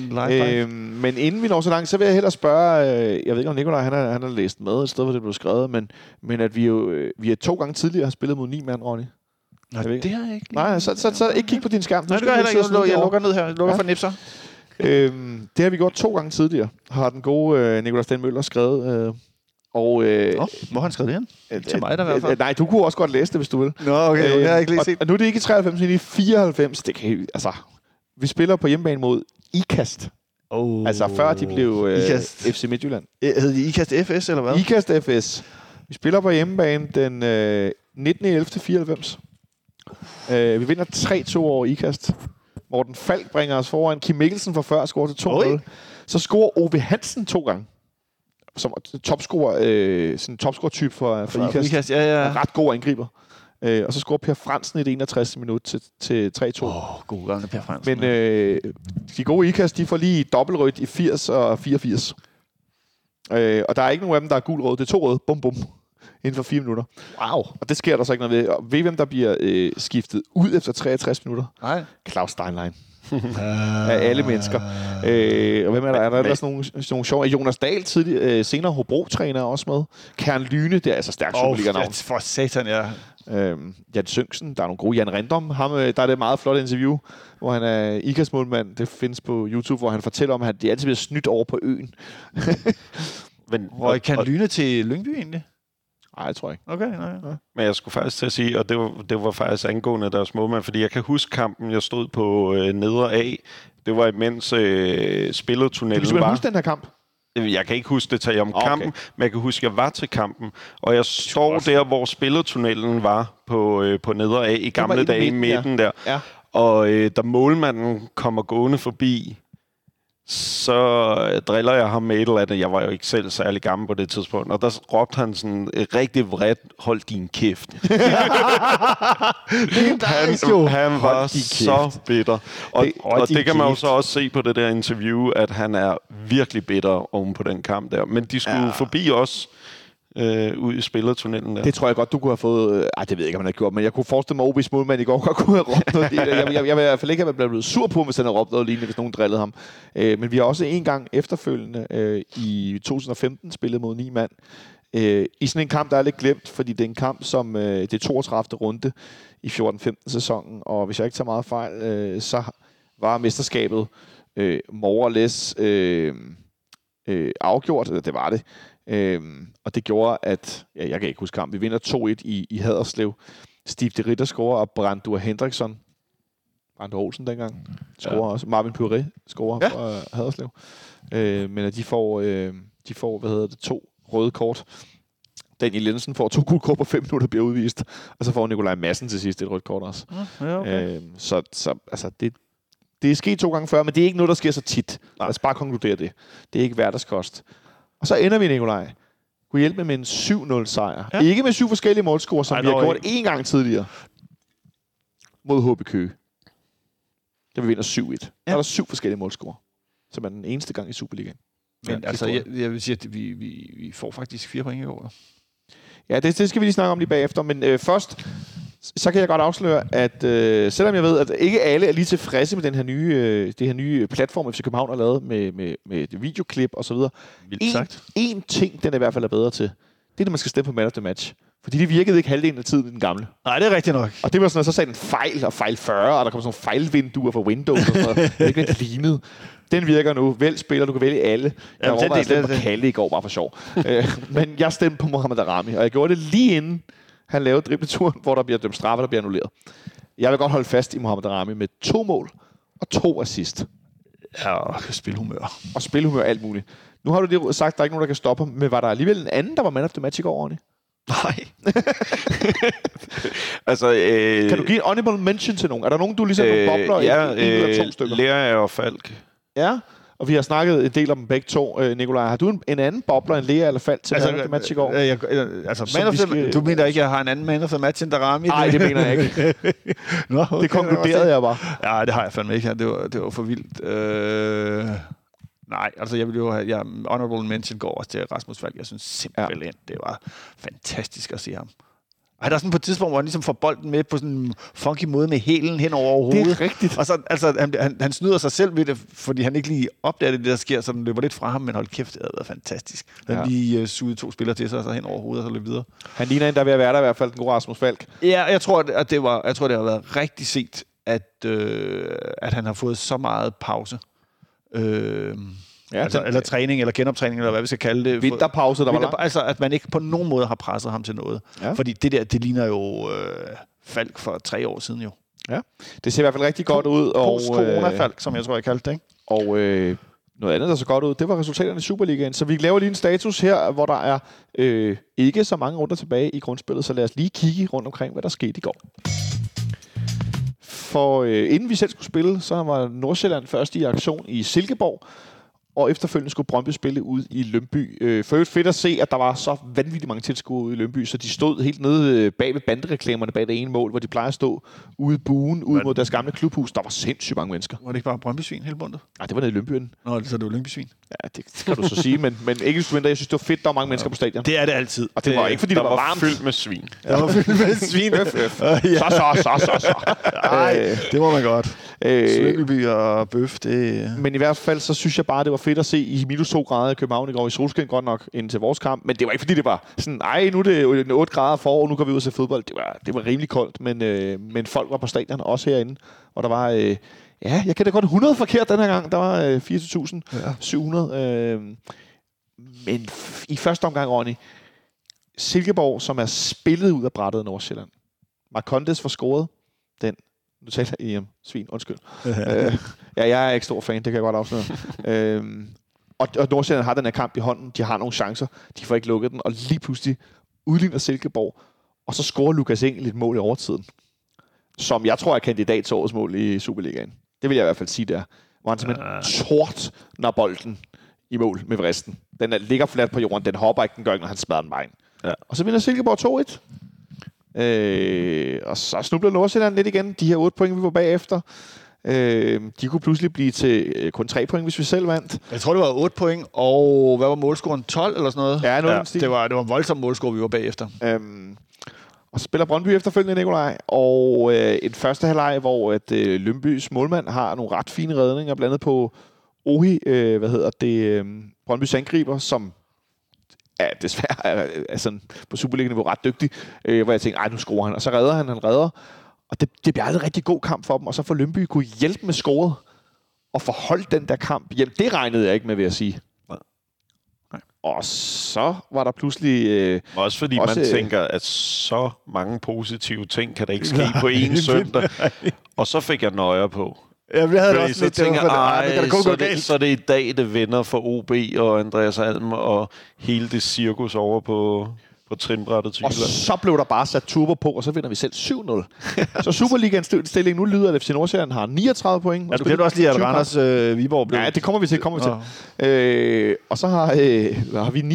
Men inden vi når så langt, så vil jeg hellere spørge, jeg ved ikke om Nikolaj han har læst med et sted, hvor det blev skrevet, men at vi er 2 gange tidligere har spillet mod 9 mand, Ronny. Nej, det har jeg ikke. Nej, så ikke kig på din skærm. Nej, det gør jeg heller ikke. Jeg lukker ned her. Jeg lukker for nipser. Det har vi gjort 2 gange tidligere, har den gode Nikolaj Sten Møller skrevet. Hvor har han skrevet det hen? Til mig der i hvert fald. Nej, du kunne også godt læse det, hvis du vil. Nå, okay. Jeg har ikke lige set. Og nu er det ikke i 93, men i 94. Det kan vi spiller på hjemmebane mod IKAST. Altså før de blev FC Midtjylland. Hed de IKAST FS, eller hvad? IKAST FS. Vi spiller på hjemmebane den 19.11.94. Vi vinder 3-2 over IKAST. Morten Falk bringer os foran. Kim Mikkelsen fra før scorer til 2-0. Så scorer Ove Hansen 2 gange. Som topscorer-type for IKAST. Ja. Ret god angriber. Og så scorer Per Fransen i det 61. minut til 3-2. God gamle Per Fransen. Men de gode IKAST, de får lige dobbeltrødt i 80 og 84. Og der er ikke nogen af dem, der er gul rød. Det er 2 røde. Bum, bum. Inden for 4 minutter. Wow. Og det sker der så ikke noget ved. Og ved hvem der bliver skiftet ud efter 63 minutter? Nej. Claus Steinlein. Af alle mennesker. Og hvem er der? Er der sådan nogle sjove? Jonas Dahl, senere Hobro-træner, er også med. Kern Lyne, det er altså stærkt Superliga-navn. For satan, ja. Jan Sønksen, der er nogle gode. Jan Rindom, der er det meget flot interview, hvor han er IKAST-målmand. Det findes på YouTube, hvor han fortæller om, at de altid bliver snydt over på øen. Hvor Kern Lyne til Lyngby egentlig? Nej, jeg tror ikke. Okay, nej. Men jeg skulle faktisk til at sige, og det var faktisk angående deres målmand, fordi jeg kan huske kampen, jeg stod på nedre A. Det var imens spillertunnelen var. Kan du huske den her kamp? Jeg kan ikke huske detaljer om kampen, men jeg kan huske, at jeg var til kampen. Og jeg står der, hvor spillertunnelen var på nedre A i gamle dage i midten der. Ja. Og da målmanden kommer gående forbi, så driller jeg ham med et eller andet. Jeg var jo ikke selv særlig gammel på det tidspunkt. Og der råbte han sådan rigtig vredt, hold din kæft. Han var så bitter. Og det kan man jo så også se på det der interview, at han er virkelig bitter oven på den kamp der. Men de skulle forbi os ud i spillertunnelen der. Det tror jeg godt, du kunne have fået. Det ved jeg ikke, om han har gjort, men jeg kunne forestille mig, at OB's målmand i går godt kunne have råbt noget. Jeg vil i hvert fald ikke have blevet sur på, hvis han havde råbt noget lignende, hvis nogen drillede ham. Men vi har også en gang efterfølgende i 2015 spillet mod 9 mand I sådan en kamp, der er lidt glemt, fordi det er en kamp, som det er 32. runde i 14-15 sæsonen, og hvis jeg ikke tager meget fejl, så var mesterskabet more or less afgjort, eller det var det. Og det gjorde, at jeg kan ikke huske kamp. Vi vinder 2-1 i Haderslev. Steve de Ritter scorer, og Brandur Hendriksson, Brandur Olsen dengang, scorer også. Marvin Puré scorer fra Haderslev. Men at de får 2 røde kort. Daniel Jensen får 2 gule kort på 5 minutter, bliver udvist. Og så får Nikolaj Madsen til sidst et rødt kort også. Ja, okay. Så altså, det er sket 2 gange før, men det er ikke noget, der sker så tit. Lad os bare konkludere det. Det er ikke hverdagskost. Og så ender vi, Nikolaj, kunne hjælpe med en 7-0 sejr. Ja. Ikke med 7 forskellige målscorer, som vi har gjort en gang tidligere mod HB Køge. Der vi vinder 7-1. Der er der 7 forskellige målscorer, som er den eneste gang i Superligaen. Men altså, jeg vil sige, at vi får faktisk 4 point i år. Ja, det skal vi lige snakke om lige bagefter. Men først, så kan jeg godt afsløre, at selvom jeg ved, at ikke alle er lige tilfredse med den her det her nye platform, FC København har lavet med det videoklip og så videre. En ting, den er i hvert fald er bedre til, det er, at man skal stemme på Man of the Match. Fordi det virkede ikke halvdelen af tiden i den gamle. Nej, det er rigtigt nok. Og det var sådan, at så sagde den fejl og fejl 40, og der kom sådan nogle fejlvinduer for Windows og sådan noget. Det er ikke lignede. Den virker nu. Vælg spiller, du kan vælge alle. Jeg overvejede at stemme på Kalle i går, bare for sjov. Men jeg stemte på Mohamed Darami, og jeg gjorde det lige inden han lavede dribleturen, hvor der bliver dømt straffe, der bliver annulleret. Jeg vil godt holde fast i Mohamed Darami med 2 mål og 2 assist. Ja, og spilhumør. Og spilhumør, alt muligt. Nu har du det sagt, at der er ikke nogen, der kan stoppe ham, men var der alligevel en anden, der var man of the match i går, Ronny? Nej. Altså, kan du give en honorable mention til nogen? Er der nogen, du ligesom nogle bobler i? Ja, 1 eller 2 stykker? Lea og Falk. Ja, og vi har snakket en del om dem begge to. Nikolaj, har du en anden bobler end Lea eller Falk til man of the match i går? Du mener ikke, at jeg har en anden man of the match end Darami? Nej, det mener jeg ikke. Nå, okay, det konkluderede jeg bare. Ja, det har jeg fandme ikke. Det var for vildt. Nej, altså jeg vil jo have... honorable mention går også til Rasmus Falk. Jeg synes simpelthen, det var fantastisk at se ham. Og der er sådan på et tidspunkt, hvor han ligesom får bolden med på sådan en funky måde med hælen hen over hovedet. Det er rigtigt. Og så, altså, han snyder sig selv ved det, fordi han ikke lige opdager det, der sker, så den løber lidt fra ham, men hold kæft, det havde været fantastisk. Han lige sugede 2 spillere til sig, og så hen over hovedet, og så løb videre. Han ligner en, der er ved at være der i hvert fald, den gode Rasmus Falk. Ja, jeg tror, det har været rigtig set, at han har fået så meget pause. Eller træning, eller genoptræning, eller hvad vi skal kalde det. Vinterpause, der var lang. Altså, at man ikke på nogen måde har presset ham til noget. Ja. Fordi det ligner jo Falk for 3 år siden jo. Ja, det ser i hvert fald rigtig godt ud. Post-corona-Falk, som jeg tror, jeg kaldte det, ikke? Og noget andet, der så godt ud, det var resultaterne i Superligaen. Så vi laver lige en status her, hvor der er ikke så mange runder tilbage i grundspillet. Så lad os lige kigge rundt omkring, hvad der skete i går. For inden vi selv skulle spille, så var Nordsjælland først i aktion i Silkeborg. Og efterfølgende skulle Brøndby spille ude i Lyngby. For øvrigt fedt at se, at der var så vanvittigt mange tilskuere ude i Lyngby, så de stod helt nede bag ved bandereklamerne bag det ene mål, hvor de plejer at stå ude i buen, ude mod deres gamle klubhus. Der var sindssygt mange mennesker. Var det ikke bare Brøndby-svin hele bundet? Nej, det var nede i Lyngby. Nå, så det var Lyngby-svin. Ja, det kan du så sige, men ikke desto mindre, jeg synes, det var fedt, der var mange mennesker på stadion. Det er det altid. Og det var ikke, fordi det var varmt. Fyldt med svin. Der var fyldt med svin. Så. Nej, det må man godt. Svinkelby og bøf, det... Men i hvert fald, så synes jeg bare, det var fedt at se i minus 2 grader i København i går i solskin godt nok ind til vores kamp. Men det var ikke, fordi det var sådan, nu er det 8 grader forår, nu går vi ud og se fodbold. Det var rimelig koldt, men folk var på stadion, også herinde. Og der var, jeg kan da godt 100 forkert den her gang. Der var 24.700. Men i første omgang, Ronny, Silkeborg, som er spillet ud af brættet af Nordsjælland. Marcondes var scoret. Den. Nu taler I om svin, undskyld. Jeg er ikke stor fan, det kan jeg godt afsløre. Og Nordsjælland har den her kamp i hånden. De har nogle chancer. De får ikke lukket den. Og lige pludselig udligner Silkeborg. Og så scorer Lukas Engel et mål i overtiden. Som jeg tror er kandidat til årets mål i Superligaen. Det vil jeg i hvert fald sige der. Hvor han simpelthen tordner bolden i mål med vristen. Den ligger fladt på jorden. Den hopper ikke, den gør ikke, når han smadrer den vejen. Ja. Og så vinder Silkeborg 2-1. Og så snubler Nordsjælland lidt igen. De her 8 point, vi var bagefter. De kunne pludselig blive til kun 3 point, hvis vi selv vandt. Jeg tror, det var 8 point, og hvad var målscoren? 12 eller sådan noget? Ja, det var en voldsom målscore, vi var bagefter. Og så spiller Brøndby efterfølgende, Nikolaj. Og en første halvleg, hvor Lyngby's målmand har nogle ret fine redninger, blandt andet på Ohi, Brøndbys angriber, som desværre er sådan på Superliga-niveau ret dygtig, hvor jeg tænkte, nu scorer han, og så redder han redder, og det bliver aldrig en rigtig god kamp for dem, og så får Lyngby kunne hjælpe med scoret, og forholde den der kamp hjem. Det regnede jeg ikke med, vil jeg sige. Nej. Og så var der pludselig... også fordi man tænker, at så mange positive ting kan der ikke ske på en søndag. Og så fik jeg nøjer på. Ja, vi havde også lidt tænker, så er det i dag, det vender for OB og Andreas Alm og hele det cirkus over på trinbrættet til Og så blev der bare sat turbo på, og så vinder vi selv 7-0. Så Superligaens stilling nu lyder, at FC Nordsjælland har 39 point. Ja, du kan også lige, at Randers Viborg blev... Ja, det kommer vi til. Og så har vi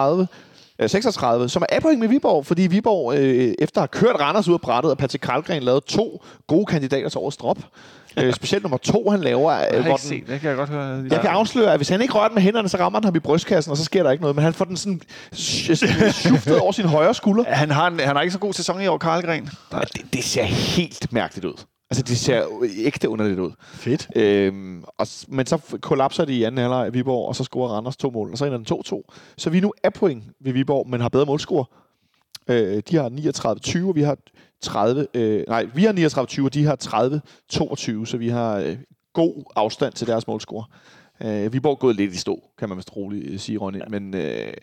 36, som er point med Viborg, fordi Viborg efter at have kørt Randers ud af brættet, og Patrick Karlgren lavede 2 gode kandidater til årets drop. Specielt nummer 2, han laver. Det kan jeg godt høre. Jeg kan afsløre, at hvis han ikke rører den med hænderne, så rammer han ham i brystkassen, og så sker der ikke noget. Men han får den sådan shuftet over sin højre skulder. Han har ikke så god sæson i år, Karlgren. Det ser helt mærkeligt ud. Altså, det ser ægte underligt ud. Fedt. Men så kollapser de i anden halvleg af Viborg, og så scorer Randers 2 mål, og så ender den 2-2. Så vi nu er point ved Viborg, men har bedre målscore. De har 39-20, og vi har 30... vi har 39-20, og de har 30-22, så vi har god afstand til deres målscore. Viborg er gået lidt i stå, kan man vist roligt sige, Ronny. Ja. Men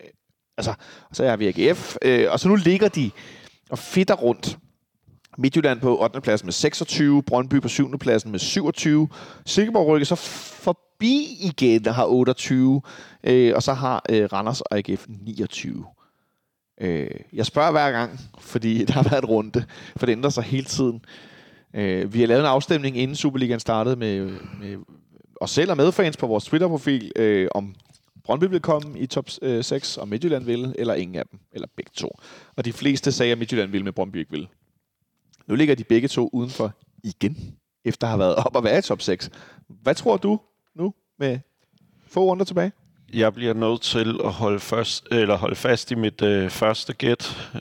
så er vi AGF, og så nu ligger de og fedter rundt. Midtjylland på 8. pladsen med 26, Brøndby på 7. pladsen med 27, Silkeborg rykker så forbi igen og har 28, og så har Randers og AGF 29. Jeg spørger hver gang, fordi der har været et runde, for det ændrer sig hele tiden. Vi har lavet en afstemning, inden Superligaen startede med os selv og medfans på vores Twitter-profil, om Brøndby vil komme i top 6, og Midtjylland vil, eller ingen af dem, eller begge to. Og de fleste sagde, at Midtjylland vil, men Brøndby ikke vil. Nu ligger de begge to udenfor igen, efter at have været op og være i top 6. Hvad tror du nu med få runder tilbage? Jeg bliver nødt til at holde fast i mit første gæt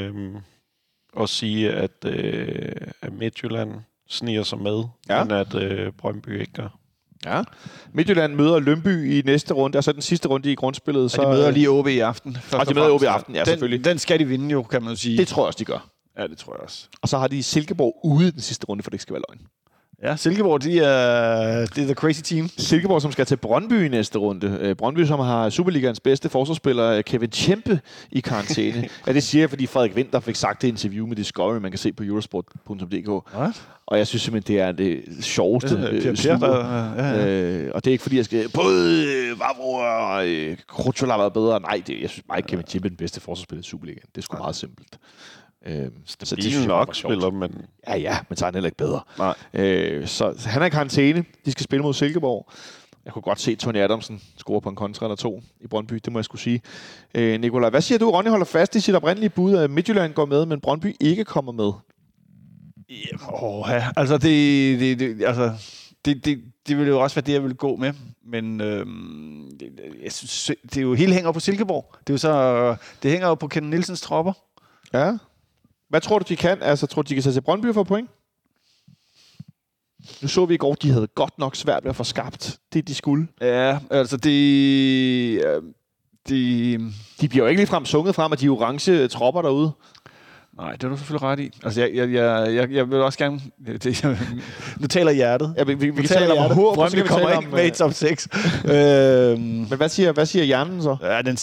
og sige, at Midtjylland sniger sig med, men at Brøndby ikke gør. Ja. Midtjylland møder Lyngby i næste runde, og så den sidste runde i grundspillet. Så de møder lige OB i aften. Og de møder OB i aften, ja, selvfølgelig. Den skal de vinde jo, kan man jo sige. Det tror jeg også, de gør. Ja, det tror jeg også. Og så har de Silkeborg ude i den sidste runde, for det ikke skal være løgn. Ja, Silkeborg, det er the crazy team. Silkeborg, som skal til Brøndby i næste runde. Brøndby, som har Superligaens bedste forsvarsspiller, Kevin Tjempe, i karantæne. Ja, det siger jeg, fordi Frederik Winther fik sagt det i interview med Discovery, man kan se på eurosport.dk. Og jeg synes simpelthen, det er det sjoveste og det er ikke, fordi jeg skal... Både Vavro og Krutschol har været bedre. Nej, jeg synes bare ikke, Kevin Tjempe er den bedste forsvarsspiller i Superligaen. Det er sgu meget simpelt. Så de er nok spiller, men... Ja, men så er han heller ikke bedre. Så han er i karantæne. De skal spille mod Silkeborg. Jeg kunne godt se Tony Adamsen score på en kontra eller 2 i Brøndby, det må jeg skulle sige. Nikolaj, hvad siger du? Ronny holder fast i sit oprindelige bud, at Midtjylland går med, men Brøndby ikke kommer med. Altså, det ville jo også være det, jeg ville gå med. Men jeg synes, det jo hele hænger på Silkeborg. Det hænger jo på Ken Nielsens tropper. Ja. Hvad tror du, de kan? Altså, tror du, de kan sætte til Brøndby for point? Nu så vi i går, de havde godt nok svært ved at få skabt det, de skulle. Ja, altså de bliver jo ikke ligefrem sunget frem af de orange tropper derude. Nej, det er du selvfølgelig ret i. Altså, jeg vil også gerne... Nu taler hjertet. Ja, vi taler om håb, Brøndby kommer ikke med i top 6. Men hvad siger hjernen så? Ja, den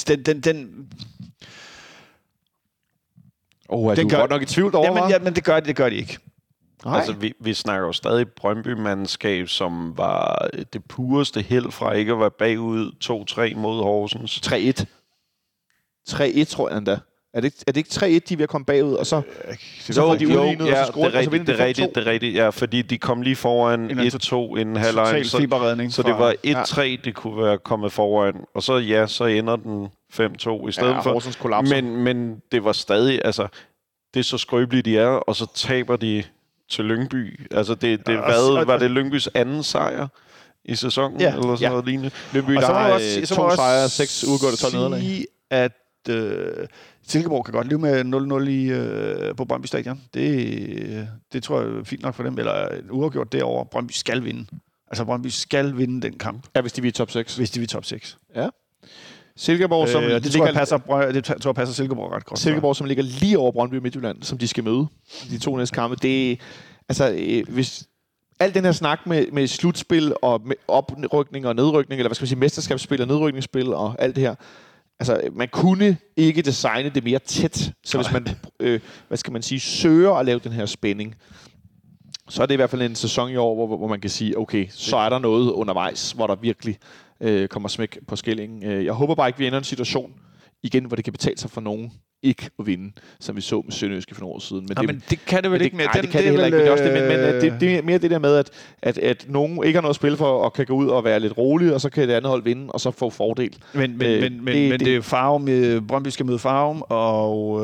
er du godt nok i tvivl over, men det gør de ikke. Nej. Altså, vi snakker jo stadig Brøndby-mandskab, som var det pureste held fra ikke at være bagud 2-3 mod Horsens. 3-1. 3-1, tror jeg endda. Er det ikke 3-1, de er ved at komme bagud, og så får de udlignet, og så scorer de, og så vinder de 5-2? Det er rigtigt, ja, fordi de kom lige foran 1-2 inden halvleg. Så det var 1-3, det kunne være kommet foran, og så ender den 5-2 i stedet for. Men det var stadig, altså, det er så skrøbeligt, de er, og så taber de til Lyngby. Altså, var det Lyngbys anden sejr i sæsonen, eller sådan noget lignende? Lyngby, der har 2 sejre, 6 udgående 12 nederlag. At Silkeborg kan godt leve med 0-0 på Brøndby Stadion. Det tror jeg er fint nok for dem. Eller uafgjort derovre. Brøndby skal vinde. Altså, Brøndby skal vinde den kamp. Ja, hvis de vil i top 6. Hvis de vil i top 6. Ja. Silkeborg, som det tror jeg passer Silkeborg ret godt. Silkeborg, som ligger lige over Brøndby og Midtjylland, som de skal møde de 2 næste kampe. Det hvis al den her snak med slutspil og med oprykning og nedrykning, eller hvad skal man sige, mesterskabsspil og nedrykningsspil og alt det her. Altså, man kunne ikke designe det mere tæt. Så hvis man, hvad skal man sige, søger at lave den her spænding, så er det i hvert fald en sæson i år, hvor man kan sige, okay, så er der noget undervejs, hvor der virkelig kommer smæk på skillingen. Jeg håber bare ikke, vi ender en situation igen, hvor det kan betale sig for nogen ikke at vinde, som vi så med Sønderjyske for nogle år siden. Men det kan det vel ikke mere. Nej, det kan det heller ikke. Men det er mere det der med, at nogen ikke har noget at spille for, og kan gå ud og være lidt rolig, og så kan det andet hold vinde, og så få fordel. Men det er jo Farum. Brøndby skal møde Farum, og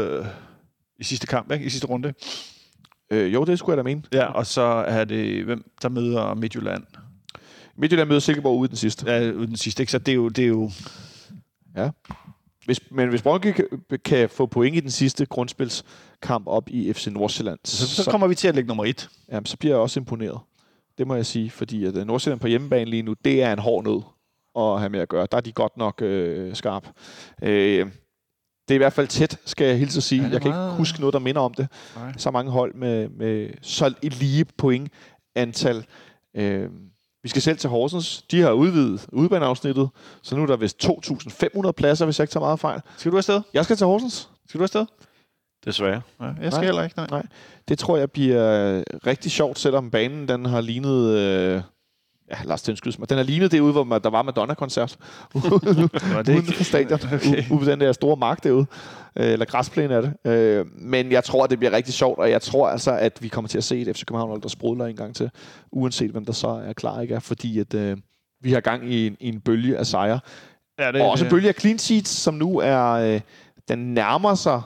i sidste kamp, ikke? I sidste runde. Jo, det skulle jeg da mene. Ja, og så er det, hvem der møder Midtjylland. Midtjylland møder Silkeborg ude den sidste. Ja, ude den sidste, ikke? Så det er jo... Ja. Hvis Brøndby kan få point i den sidste grundspilskamp op i FC Nordsjælland, så kommer vi til at lægge nummer 1. Jamen, så bliver jeg også imponeret. Det må jeg sige, fordi at Nordsjælland på hjemmebane lige nu, det er en hård nød at have med at gøre. Der er de godt nok skarp. Det er i hvert fald tæt, skal jeg hilse at sige. Jeg kan ikke huske noget, der minder om det. Nej. Så mange hold med så et lige pointantal. Vi skal selv til Horsens. De har udvidet udebaneafsnittet, så nu er der vist 2.500 pladser, hvis jeg ikke tager meget fejl. Skal du afsted? Jeg skal til Horsens. Skal du afsted? Desværre. Ja, jeg skal heller ikke, nej. Det tror jeg bliver rigtig sjovt, selvom banen den har lignet... Lars Tønskyds. Den har lignet det ude, hvor der var Madonna-koncert. Uden for stadion. Okay. Ude på den der store mark derude. Eller græsplæne er det. Men jeg tror, det bliver rigtig sjovt, og jeg tror altså, at vi kommer til at se et FC København, der sprudler en gang til, uanset hvem der så er klar, ikke? Fordi at, vi har gang i en bølge af sejre. Ja, og også en bølge af clean sheets, som nu er... den nærmer sig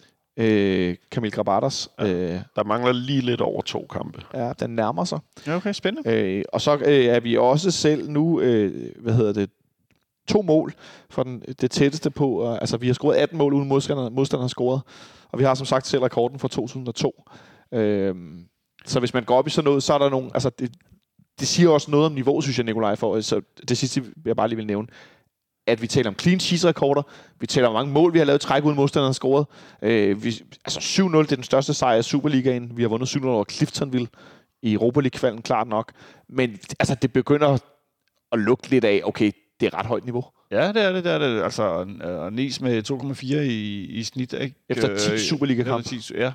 Kamil Grabatas. Der mangler lige lidt over 2 kampe. Ja, den nærmer sig. Ja, okay, spændende. Og så er vi også selv nu, 2 mål for det tætteste på. Altså, vi har scoret 18 mål, uden modstanderen har scoret. Og vi har som sagt selv rekorden fra 2002. Så hvis man går op i sådan noget, så er der nogle... Altså, det siger også noget om niveau, synes jeg, Nikolaj, for. Så det sidste, jeg bare lige vil nævne, at vi taler om clean sheets-rekorder. Vi taler om mange mål, vi har lavet træk uden modstanderen har scoret. 7-0, det er den største sejr i Superligaen. Vi har vundet 7-0 over Cliftonville i Europa League-kvalden, klart nok. Men altså, det begynder at lugte lidt af, okay, det er ret højt niveau. Ja, det er det. Altså, Nice med 2,4 i snit, ikke? Efter 10 Superliga-kamp. Ja.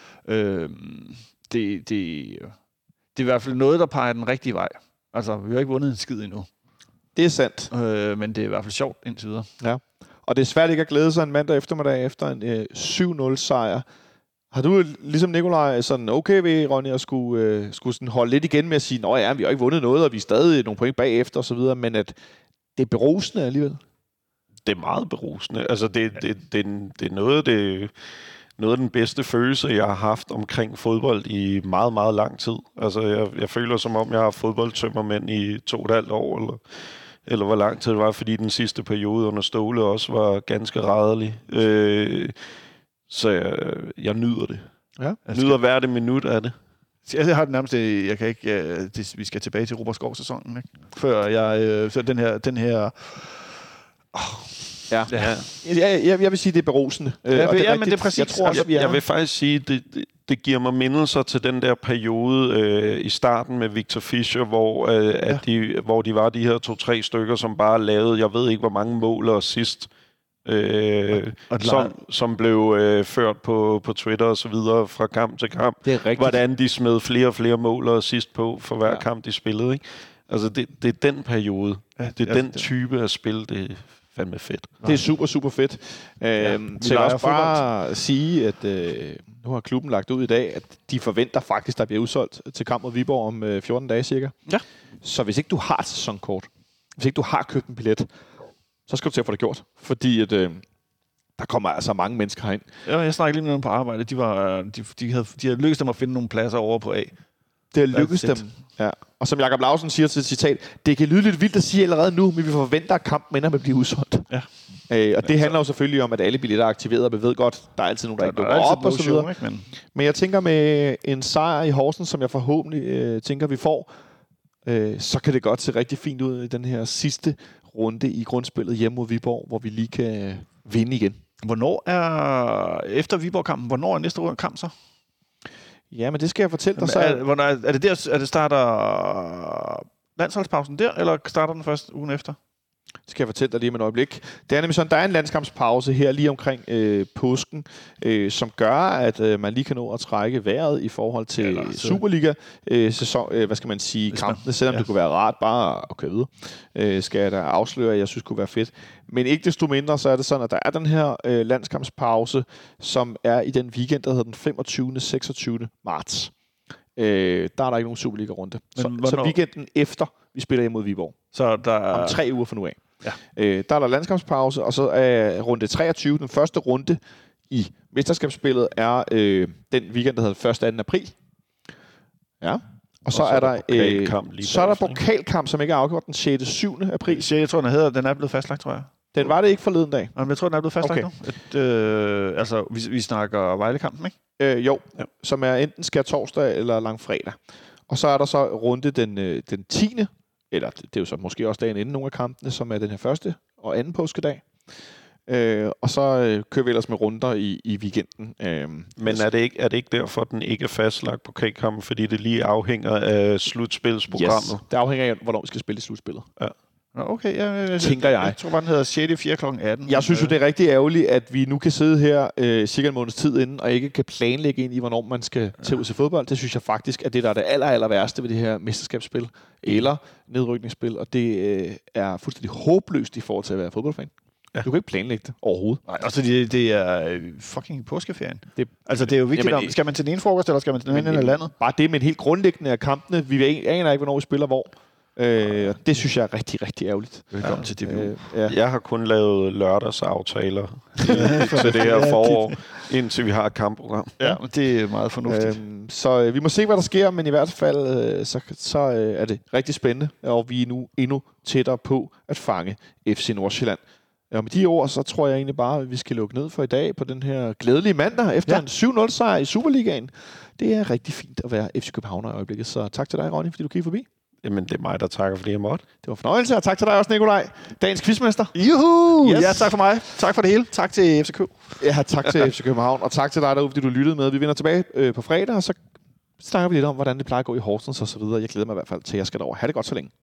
Det er i hvert fald noget, der peger den rigtige vej. Altså, vi har ikke vundet en skid endnu. Det er sandt. Men det er i hvert fald sjovt indtil videre. Ja. Og det er svært ikke at glæde sig en mandag eftermiddag efter en 7-0-sejr. Har du ligesom Nikolaj sådan okay ved, Ronny, at skulle sådan holde lidt igen med at sige, ja, vi har ikke vundet noget, og vi er stadig nogle point bagefter og så videre, men at det er berusende alligevel? Det er meget berusende. Altså, det er noget af den bedste følelse, jeg har haft omkring fodbold i meget, meget lang tid. Altså, jeg føler, som om jeg har fodboldtømmermænd i 2,5 år, eller hvor lang tid det var, fordi den sidste periode under Ståle også var ganske rædderlig. Så jeg nyder det. Ja. Jeg nyder hver det minut af det. Jeg har det nærmest, jeg kan ikke, vi skal tilbage til Robert Skov-sæsonen, ikke? Før jeg, så den her Ja. Jeg vil sige, det er berusende. Men det er præcis. Jeg vil faktisk sige, det giver mig mindelser til den der periode i starten med Victor Fischer, hvor de var de her 2-3 stykker, som bare lavede, jeg ved ikke, hvor mange mål og sidst, som blev ført på Twitter og så videre fra kamp til kamp. Det er rigtigt. Hvordan de smed flere og flere mål og sidst på for hver kamp, de spillede. Ikke? Altså, det er den periode. Det er den type af spil, det fandme fedt. Det er super, super fedt. Så jeg vil også bare sige, at nu har klubben lagt ud i dag, at de forventer faktisk, der bliver udsolgt til kamp mod Viborg om 14 dage cirka. Ja. Så hvis ikke du har et sæsonkort, hvis ikke du har købt en billet, så skal du til at få det gjort. Fordi at, der kommer altså mange mennesker herind. Ja, jeg snakkede lige med dem på arbejde. De havde lykkedes dem at finde nogle pladser over på A. Det har lykkedes dem. Ja. Og som Jakob Lausen siger til et citat, det kan lyde lidt vildt at sige allerede nu, men vi forventer, at kampen ender med at blive udsolgt. Ja. Og det handler jo selvfølgelig om, at alle billetter er aktiveret, og vi ved godt, der er altid nogen, der ikke dukker op og så videre. Men jeg tænker med en sejr i Horsens, som jeg forhåbentlig tænker, vi får, så kan det godt se rigtig fint ud i den her sidste runde i grundspillet hjemme mod Viborg, hvor vi lige kan vinde igen. Efter Viborg-kampen, hvornår er næste kamp så? Ja, men det skal jeg fortælle dig så. Er det starter landsholdspausen der, eller starter den først ugen efter? Det skal jeg fortælle dig lige om et øjeblik. Det er nemlig sådan, der er en landskampspause her lige omkring påsken, som gør, at man lige kan nå at trække vejret i forhold til Superliga kampene, selvom det kunne være rart bare at køre videre. Skal jeg da afsløre, at jeg synes kunne være fedt. Men ikke desto mindre, så er det sådan, at der er den her landskampspause, som er i den weekend, der hedder den 25. 26. marts. Der er der ikke nogen Superliga-runde. Så weekenden efter, vi spiller imod Viborg. Så der om 3 uger fra nu af. Ja. Der er der landskampspause, og så er runde 23, den første runde i mesterskabsspillet, er den weekend, der hedder 1. 2. april. Ja. Og så er der pokalkamp, som ikke er afgjort den 6. 7. april. Jeg tror, den er blevet fastlagt, tror jeg. Den var det ikke forleden dag. Jamen, jeg tror, den er blevet fastlagt nu. Altså, vi snakker Vejle-kampen, ikke? Jo, som er enten skærtorsdag eller langfredag. Og så er der så runde den 10. Eller det er jo så måske også dagen inden nogle af kampene, som er den her første og anden påskedag. Og så kører vi ellers med runder i weekenden. Men er det ikke derfor, den ikke er fastlagt på pokalkampen, fordi det lige afhænger af slutspilsprogrammet? Yes, det afhænger af, hvornår vi skal spille i slutspillet. Ja. Okay, tænker jeg. Jeg tror bare, den hedder 6. 4. kl. 18. Jeg synes jo, det er rigtig ærgerligt, at vi nu kan sidde her cirka en måneds tid inden, og ikke kan planlægge ind i, hvornår man skal til ud til fodbold. Det synes jeg faktisk, at det der er det aller værste ved det her mesterskabsspil, eller nedrykningsspil, og det er fuldstændig håbløst i forhold til at være fodboldfan. Ja. Du kan ikke planlægge det overhovedet. Nej, altså det er fucking påskeferien. Det er jo vigtigt, jamen, skal man til den ene frokost, eller skal man til den anden eller andet? Bare det, men helt grundlæggende af kampene. Vi aner ikke, hvornår vi spiller hvor. Det synes jeg er rigtig, rigtig ærgerligt. Velkommen til DBU. Jeg har kun lavet lørdagsaftaler til det her forår, indtil vi har et kampprogram. Ja, det er meget fornuftigt. Så vi må se, hvad der sker, men i hvert fald så er det rigtig spændende, og vi er nu endnu tættere på at fange FC Nordsjælland. Og med de ord, så tror jeg egentlig bare, at vi skal lukke ned for i dag på den her glædelige mandag efter en 7-0-sejr i Superligaen. Det er rigtig fint at være FC Københavner i øjeblikket, så tak til dig, Ronny, fordi du kiggede forbi. Jamen, det er mig, der takker, fordi jeg måtte. Det var fornøjelse, og tak til dig også, Nikolaj. Dagens quizmester. Juhu! Yes. Ja, tak for mig. Tak for det hele. Tak til FCK. Ja, tak til FC København, og tak til dig derude, fordi du lyttede med. Vi vender tilbage på fredag, og så snakker vi lidt om, hvordan det plejer at gå i Horsens og så videre. Jeg glæder mig i hvert fald til, at jeg skal derover. Ha' det godt så længe.